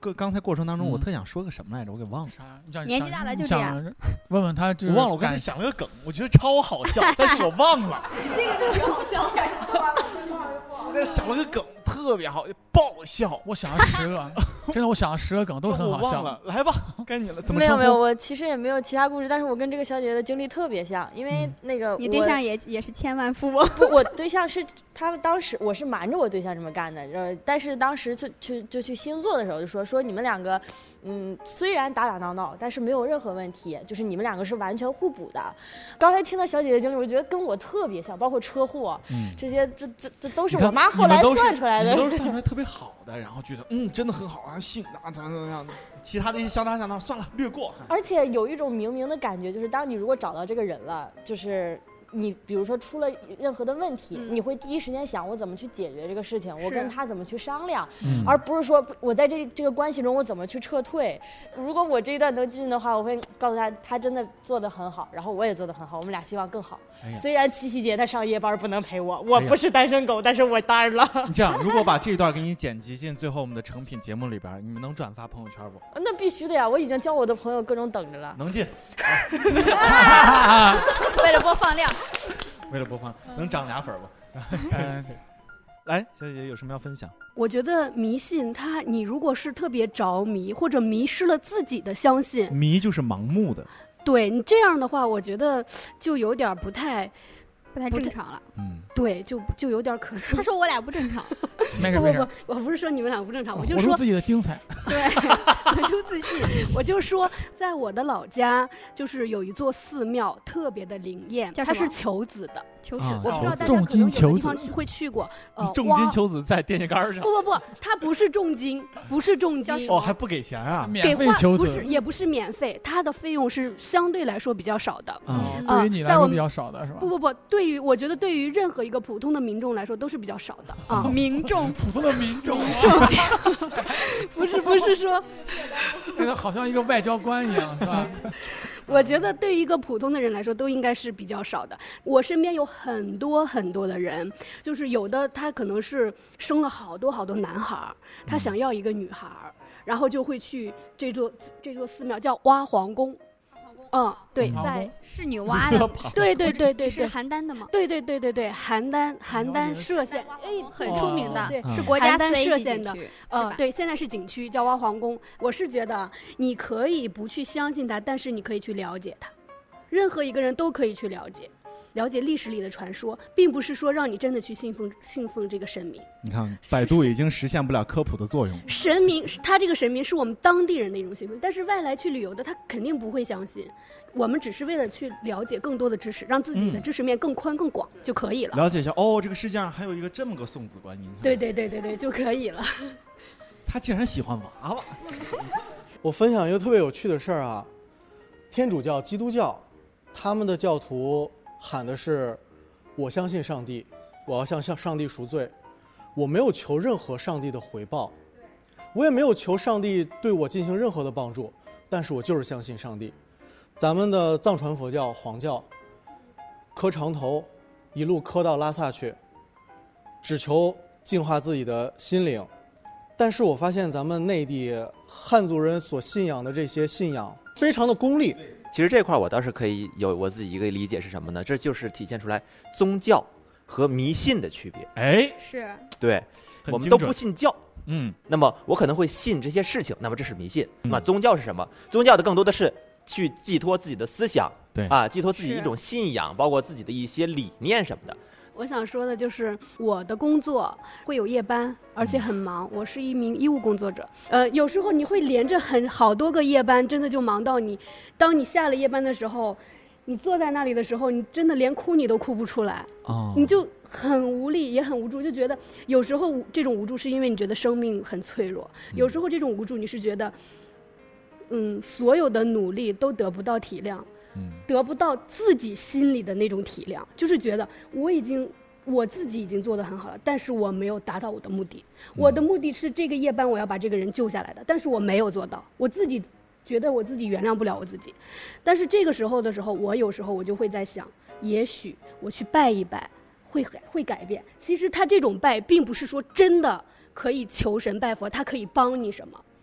个刚才过程当中，我特想说个什么来着，我给忘了。 啥？ 年纪大了就这样。 问问他， 我忘了，我刚才想了个梗，我觉得超好笑，但是我忘了。 这个就挺好笑， 我刚才想了个梗，特别好，爆笑。 我想了十个，真的，我想了十个梗都很好笑。 我忘了，来吧，该你了。怎么没有没有，我其实也没有其他故事，但是我跟这个小姐姐的经历特别像，因为那个你对象也也是千万富翁。 不，我对象是他当时我是瞒着我对象这么干的，呃，但是当时去去就去星座的时候就说说你们两个，嗯，虽然打打闹闹，但是没有任何问题，就是你们两个是完全互补的。刚才听到小姐姐经历，我觉得跟我特别像，包括车祸，嗯，这些这这这都是我妈后来算出来的， 都是算出来特别好的，然后觉得嗯真的很好啊，信啊怎么怎么样的，其他的一些相当相当算了略过。 而且有一种明明的感觉，就是当你如果找到这个人了，就是你比如说出了任何的问题，嗯、你会第一时间想我怎么去解决这个事情，我跟他怎么去商量，嗯、而不是说我在这这个关系中我怎么去撤退。如果我这一段能进的话，我会告诉他他真的做得很好，然后我也做得很好，我们俩希望更好。哎、虽然七夕节他上夜班不能陪我，我不是单身狗，哎、但是我单了。 你这样，如果把这一段给你剪辑进最后我们的成品节目里边，你们能转发朋友圈不？ 那必须的呀，我已经叫我的朋友各种等着了。 能进。 为了播放量。 为了播放，能涨俩粉不？来，小姐姐有什么要分享？ 我觉得迷信它，你如果是特别着迷或者迷失了自己的相信， 迷就是盲目的。 对你这样的话，我觉得就有点不太。 不太正常了， 嗯，对，就就有点可能。 他说我俩不正常， 没事没事， 我不是说你们俩不正常，我就说活出自己的精彩， 对，活出自信。我就说，在我的老家，就是有一座寺庙特别的灵验，它是求子的， 求子。 我不知道大家可能有的地方会去过，呃， 重金求子在电线杆上。 不不不，它不是重金，不是重金， 哦，还不给钱啊？ 免费求子， 不是，也不是免费，它的费用是相对来说比较少的。 嗯，对于你来说比较少的是吧？ 不不不，对。对于我觉得，对于任何一个普通的民众来说，都是比较少的啊。 民众， 普通的民众， 民众，不是不是说， 那好像一个外交官一样，是吧？ 我觉得对于一个普通的人来说，都应该是比较少的。我身边有很多很多的人，就是有的他可能是生了好多好多男孩，他想要一个女孩，然后就会去这座这座寺庙，叫蛙皇宫。嗯，对，在是女娲的， 对对对对， 是邯郸的吗？ 对对对对对，邯郸邯郸歙县， 哎，很出名的， 对， 是国家邯郸歙县的， 呃， 对，现在是景区，叫蛙皇宫。我是觉得你可以不去相信它，但是你可以去了解它，任何一个人都可以去了解。了解历史里的传说，并不是说让你真的去信奉信奉这个神明。 你看，百度已经实现不了科普的作用。 神明，他这个神明是我们当地人的一种信奉，但是外来去旅游的，他肯定不会相信。我们只是为了去了解更多的知识，让自己的知识面更宽更广就可以了。 了解一下，哦，这个世界上还有一个这么个送子观音。 对对对对对，就可以了。 他竟然喜欢娃娃。 我分享一个特别有趣的事儿啊，天主教、基督教，他们的教徒喊的是我相信上帝，我要向向上帝赎罪，我没有求任何上帝的回报，我也没有求上帝对我进行任何的帮助，但是我就是相信上帝。咱们的藏传佛教黄教磕长头一路磕到拉萨去，只求净化自己的心灵。但是我发现咱们内地汉族人所信仰的这些信仰非常的功利。 其实这块我倒是可以有我自己一个理解是什么呢？这就是体现出来宗教和迷信的区别。 哎， 是对，我们都不信教， 嗯， 那么我可能会信这些事情，那么这是迷信。那么宗教是什么？宗教的更多的是去寄托自己的思想， 对啊，寄托自己一种信仰，包括自己的一些理念什么的。 我想说的就是我的工作会有夜班，而且很忙。我是一名医务工作者，呃，有时候你会连着很好多个夜班，真的就忙到你，当你下了夜班的时候，你坐在那里的时候，你真的连哭你都哭不出来，哦，你就很无力，也很无助，就觉得有时候这种无助是因为你觉得生命很脆弱，有时候这种无助你是觉得，嗯，所有的努力都得不到体谅。得不到自己心里的那种体谅，就是觉得我已经我自己已经做得很好了，但是我没有达到我的目的。我的目的是这个夜班我要把这个人救下来的，但是我没有做到，我自己觉得我自己原谅不了我自己。但是这个时候的时候，我有时候我就会在想，也许我去拜一拜会会改变。其实他这种拜并不是说真的可以求神拜佛，他可以帮你什么。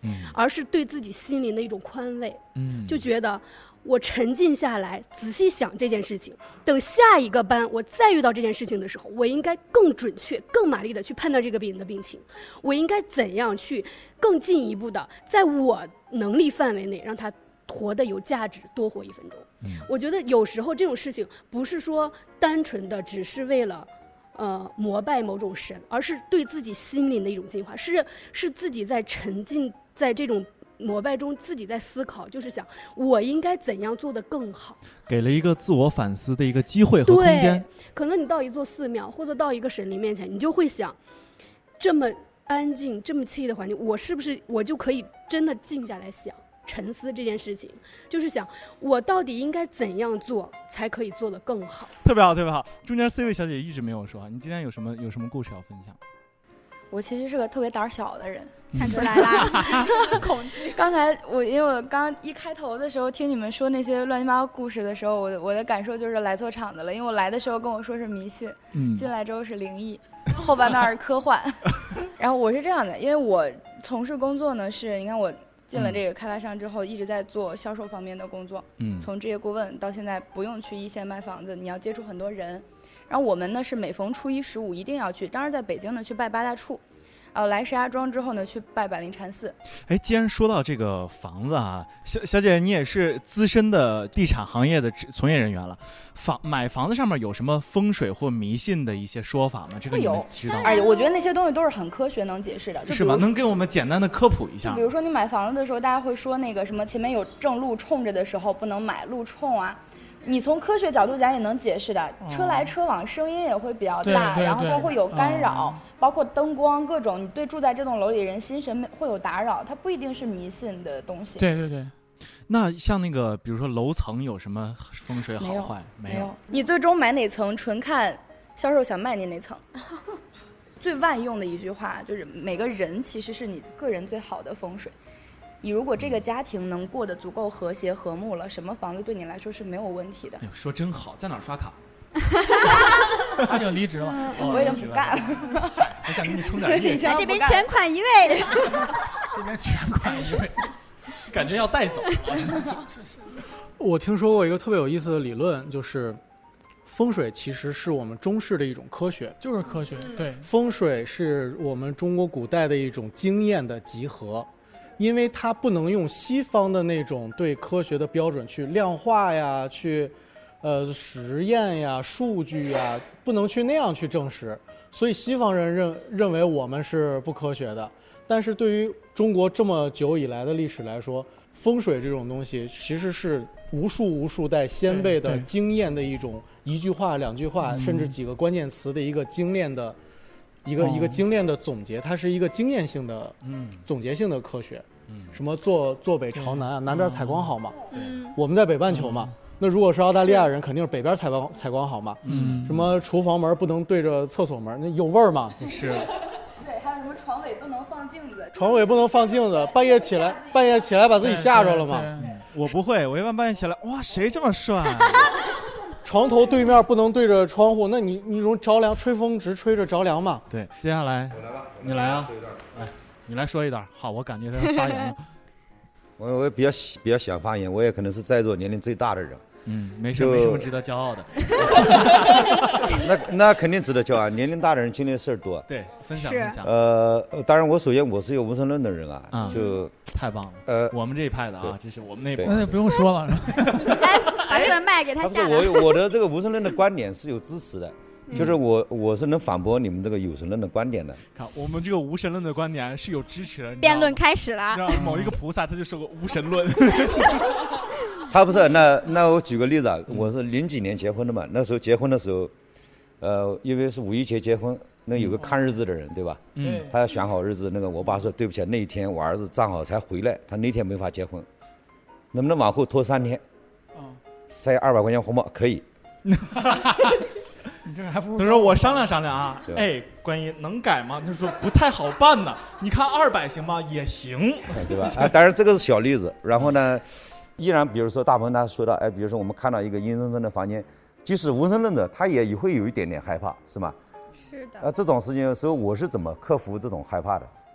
嗯，而是对自己心灵的一种宽慰。 嗯， 就觉得我沉静下来，仔细想这件事情，等下一个班我再遇到这件事情的时候，我应该更准确、更马力的去判断这个病人的病情，我应该怎样去更进一步的，在我能力范围内让他活得有价值，多活一分钟。嗯，我觉得有时候这种事情不是说单纯的只是为了呃膜拜某种神，而是对自己心灵的一种进化，是是自己在沉浸在这种膜拜中，自己在思考，就是想我应该怎样做得更好， 给了一个自我反思的一个机会和空间。 可能你到一座寺庙或者到一个神灵面前，你就会想，这么安静这么惬意的环境，我是不是我就可以真的静下来想沉思这件事情，就是想我到底应该怎样做才可以做得更好。 特别好特别好。中间 C 位小姐一直没有说，你今天有什么有什么故事要分享？ 我其实是个特别胆小的人， 看出来啦，恐惧。 刚才我因为我刚一开头的时候听你们说那些乱七八糟故事的时候，我的我的感受就是来错场子了。因为我来的时候跟我说是迷信，嗯、进来之后是灵异，后半段是科幻。然后我是这样的，因为我从事工作呢是，你看我进了这个开发商之后，一直在做销售方面的工作，嗯，从职业顾问到现在不用去一线卖房子，你要接触很多人。然后我们呢是每逢初一十五一定要去，当然在北京呢去拜八大处，呃，来石家庄之后呢去拜百灵禅寺。 哎，既然说到这个房子啊，小小姐你也是资深的地产行业的从业人员了，房买房子上面有什么风水或迷信的一些说法吗？这个你们知道吗？ 哎，我觉得那些东西都是很科学能解释的， 就是吧？能给我们简单的科普一下？ 比如说你买房子的时候，大家会说那个什么前面有正路冲着的时候不能买，路冲啊。你从科学角度讲也能解释的，车来车往，声音也会比较大，然后它会有干扰，包括灯光各种，你对住在这栋楼里人心神会有打扰，它不一定是迷信的东西。 对对对。 那像那个，比如说楼层有什么风水好坏？ 没有。没有。你最终买哪层，纯看销售想卖你哪层。最万用的一句话就是，每个人其实是你个人最好的风水。你如果这个家庭能过得足够和谐和睦了，什么房子对你来说是没有问题的。 哎呦，说真好，在哪儿刷卡？ 他就离职了， 我已经不干了。 我想给你充点业绩。 这边全款一位。 这边全款一位， 感觉要带走。 我听说过一个特别有意思的理论，就是风水其实是我们中式的一种科学， 就是科学。对， 风水是我们中国古代的一种经验的集合。因为它不能用西方的那种对科学的标准去量化呀，去呃实验呀、数据呀，不能去那样去证实，所以西方人认认为我们是不科学的。但是对于中国这么久以来的历史来说，风水这种东西其实是无数无数代先辈的经验的一种一句话、两句话，甚至几个关键词的一个精炼的。一个、哦、一个精炼的总结，它是一个经验性的、嗯、总结性的科学。嗯，什么坐坐北朝南啊，南边采光好嘛？ 嗯， 我们在北半球嘛。嗯、那如果是澳大利亚人，肯定是北边采光采光好嘛。嗯，什么厨房门不能对着厕所门，那有味儿嘛？ 是。 对，还有什么床尾不能放镜子？ 床尾不能放镜子，半夜起来半夜起来把自己吓着了嘛？ 我不会，我一般半夜起来，哇，谁这么帅？ 床头对面不能对着窗户，那你你容易着凉，吹风直吹着着凉嘛。 对，接下来我来吧， 你来啊，来，你来说一段。好，我感觉他发言了。 我我也比较比较想发言，我也可能是在座年龄最大的人。 嗯，没事，没什么值得骄傲的。 那那肯定值得骄傲，年龄大的人经历的事儿多。 对，分享分享。 呃，当然我首先我是一个无神论的人啊，嗯、就太棒了。 呃， 我们这一派的啊，这是我们那那就不用说了。 来，把这个麦给他下来。 我我的这个无神论的观点是有支持的。就是我我是能反驳你们这个有神论的观点的。 看我们这个无神论的观点是有支持的。 辩论开始了。 某一个菩萨他就说个无神论。 他不是，那那我举个例子啊，我是零几年结婚的嘛，那时候结婚的时候，呃，因为是五一节结婚，那有个看日子的人，对吧？嗯。他要选好日子，那个我爸说对不起，那一天我儿子正好才回来，他那天没法结婚，能不能往后拖三天？嗯。塞二百块钱红包可以。 你这个还不如他说我商量商量啊，哎，关于能改吗？他说不太好办呢。你看二百行吗？也行， 对吧？啊，当然这个是小例子。然后呢，依然比如说大鹏他说到，哎，比如说我们看到一个阴森森的房间，即使无神论者，他也会有一点点害怕，是吗？ 是的。 啊，这种事情的时候，我是怎么克服这种害怕的？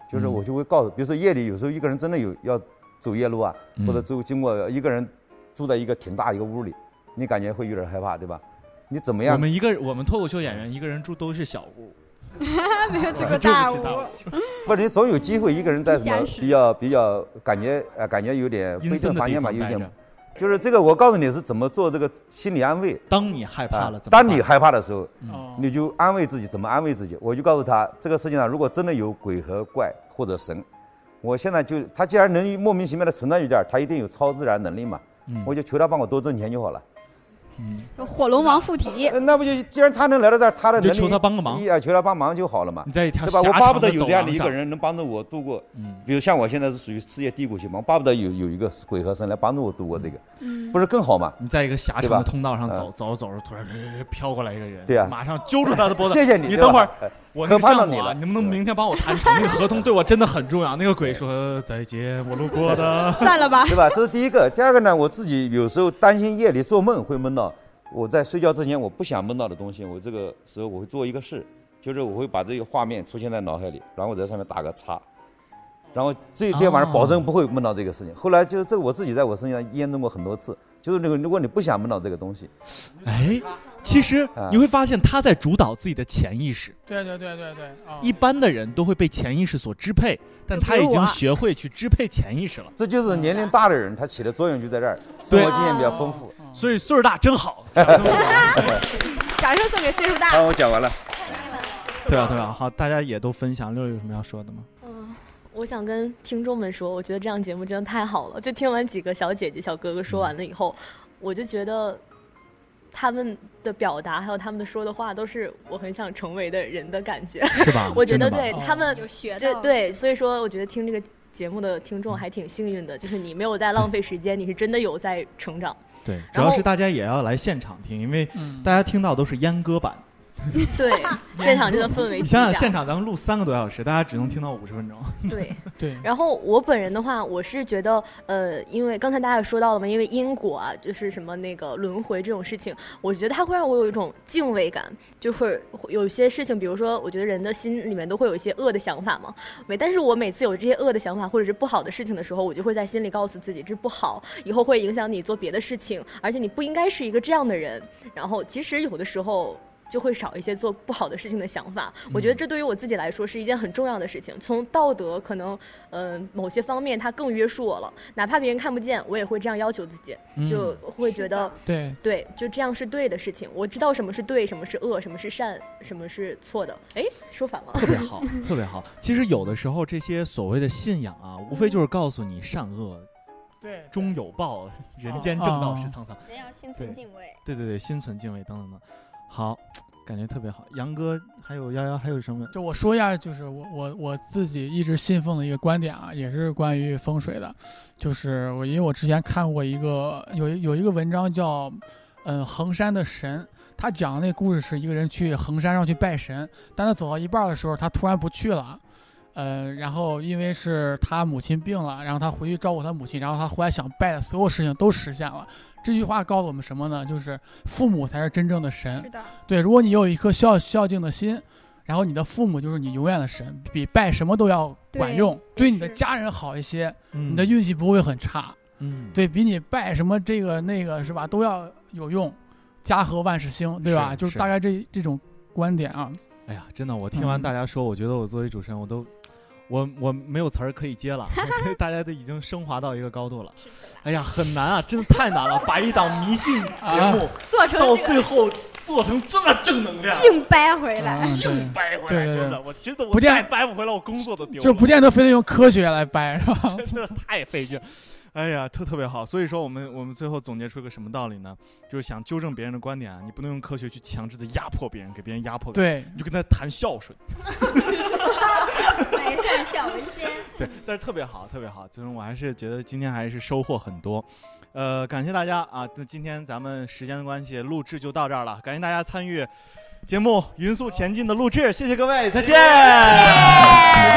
就是我就会告诉，比如说夜里有时候一个人真的有要走夜路啊， 嗯、 或者走经过一个人住在一个挺大一个屋里，你感觉会有点害怕，对吧？你怎么样？ 我们一个我们脱口秀演员一个人住都是小屋。 没有这个大屋， 不是你总有机会一个人在什么比较比较感觉呃感觉有点不一定房间吧，有点，就是这个我告诉你是怎么做这个心理安慰。 当你害怕了， 啊、当你害怕的时候， 嗯、 你就安慰自己，怎么安慰自己？我就告诉他，这个世界上如果真的有鬼和怪或者神，我现在就他既然能莫名其妙的存在于这儿，他一定有超自然能力嘛， 嗯、 我就求他帮我多挣钱就好了。 嗯，火龙王附体， 那不就既然他能来到这儿，他的能力就求他帮个忙， 求他帮忙就好了嘛。 你在一条对吧？我巴不得有这样的一个人能帮助我度过，嗯，比如像我现在是属于事业低谷期嘛，巴不得有有一个鬼和神来帮助我度过这个，嗯，不是更好吗？ 你在一个狭长的通道上走，走着走着，突然飘过来一个人， 对啊， 马上揪住他的脖子， 谢谢你， 你等会儿，我可盼到你了，你能不能明天帮我谈成？那个合同对我真的很重要。那个鬼说再见，我路过的， 算了吧， 对吧？这是第一个，第二个呢，我自己有时候担心夜里做梦会梦到。我在睡觉之前，我不想梦到的东西，我这个时候我会做一个事，就是我会把这个画面出现在脑海里，然后我在上面打个叉，然后这今天晚上保证不会梦到这个事情。哦、后来就是这个我自己在我身上验证过很多次，就是那个如果你不想梦到这个东西， 哎，其实你会发现他在主导自己的潜意识。 对对对对对， 哦、一般的人都会被潜意识所支配，但他已经学会去支配潜意识了。 这就是年龄大的人他起的作用就在这儿，生活经验比较丰富。 所以岁数大真好， 掌声送给岁数大。 好，我讲完了。 对啊，对啊，好，大家也都分享。六六有什么要说的吗？ 嗯，我想跟听众们说，我觉得这样节目真的太好了。就听完几个小姐姐、小哥哥说完了以后，嗯、我就觉得他们的表达还有他们的说的话，都是我很想成为的人的感觉。 是吧？ 我觉得对他们有学到，对，所以说我觉得听这个节目的听众还挺幸运的，就是你没有在浪费时间，你是真的有在成长。 对，主要是大家也要来现场听，因为大家听到都是阉割版。 对，现场真的氛围。 你想想，现场咱们录三个多小时，大家只能听到五十分钟。 对对。 然后我本人的话，我是觉得，呃，因为刚才大家也说到了嘛，因为因果啊，就是什么那个轮回这种事情，我觉得它会让我有一种敬畏感，就会有些事情，比如说，我觉得人的心里面都会有一些恶的想法嘛。每但是我每次有这些恶的想法或者是不好的事情的时候，我就会在心里告诉自己，这不好，以后会影响你做别的事情，而且你不应该是一个这样的人。然后其实有的时候就会少一些做不好的事情的想法。我觉得这对于我自己来说是一件很重要的事情。从道德可能，呃，某些方面它更约束我了。哪怕别人看不见，我也会这样要求自己，就会觉得， 对对，就这样是对的事情。我知道什么是对，什么是恶，什么是善，什么是错的。哎，说反了。 特别好，特别好。其实有的时候这些所谓的信仰啊，无非就是告诉你善恶。 对， 终有报，人间正道是沧桑。 人要心存敬畏。 对对对，心存敬畏等等等。好，感觉特别好。杨哥还有幺幺还有什么？ 就我说一下，就是我我我自己一直信奉的一个观点啊，也是关于风水的。就是我因为我之前看过一个有有一个文章叫嗯衡山的神，他讲的那故事是一个人去衡山上去拜神，但他走到一半的时候，他突然不去了。呃，然后因为是他母亲病了，然后他回去照顾他母亲，然后他回来想拜的所有事情都实现了。这句话告诉我们什么呢？就是父母才是真正的神。 是的。 对，如果你有一颗孝孝敬的心，然后你的父母就是你永远的神，比拜什么都要管用，对你的家人好一些， 嗯、 你的运气不会很差。 嗯， 对比你拜什么这个那个是吧，都要有用，家和万事兴，对吧？ 是就是大概这这种观点啊。 哎呀，真的，我听完大家说，嗯、我觉得我作为主持人，我都。我我没有词儿可以接了，我觉得大家都已经升华到一个高度了。哎呀，很难啊，真的太难了，把一档迷信节目、啊、 做成、 这个、到最后做成这么正能量， 硬掰回来， 嗯、 硬掰回来， 对对对真的，我觉得我再掰不回来，我工作都丢了。 就不见得非得用科学来掰，是吧？ 真的太费劲。哎呀，特特别好，所以说我们我们最后总结出一个什么道理呢？就是想纠正别人的观点啊，你不能用科学去强制的压迫别人，给别人压迫感， 对， 你就跟他谈孝顺， 百善孝为先。 对，但是特别好，特别好，最终我还是觉得今天还是收获很多。呃，感谢大家啊！那今天咱们时间的关系，录制就到这儿了，感谢大家参与节目《匀速前进》的录制，谢谢各位，再见。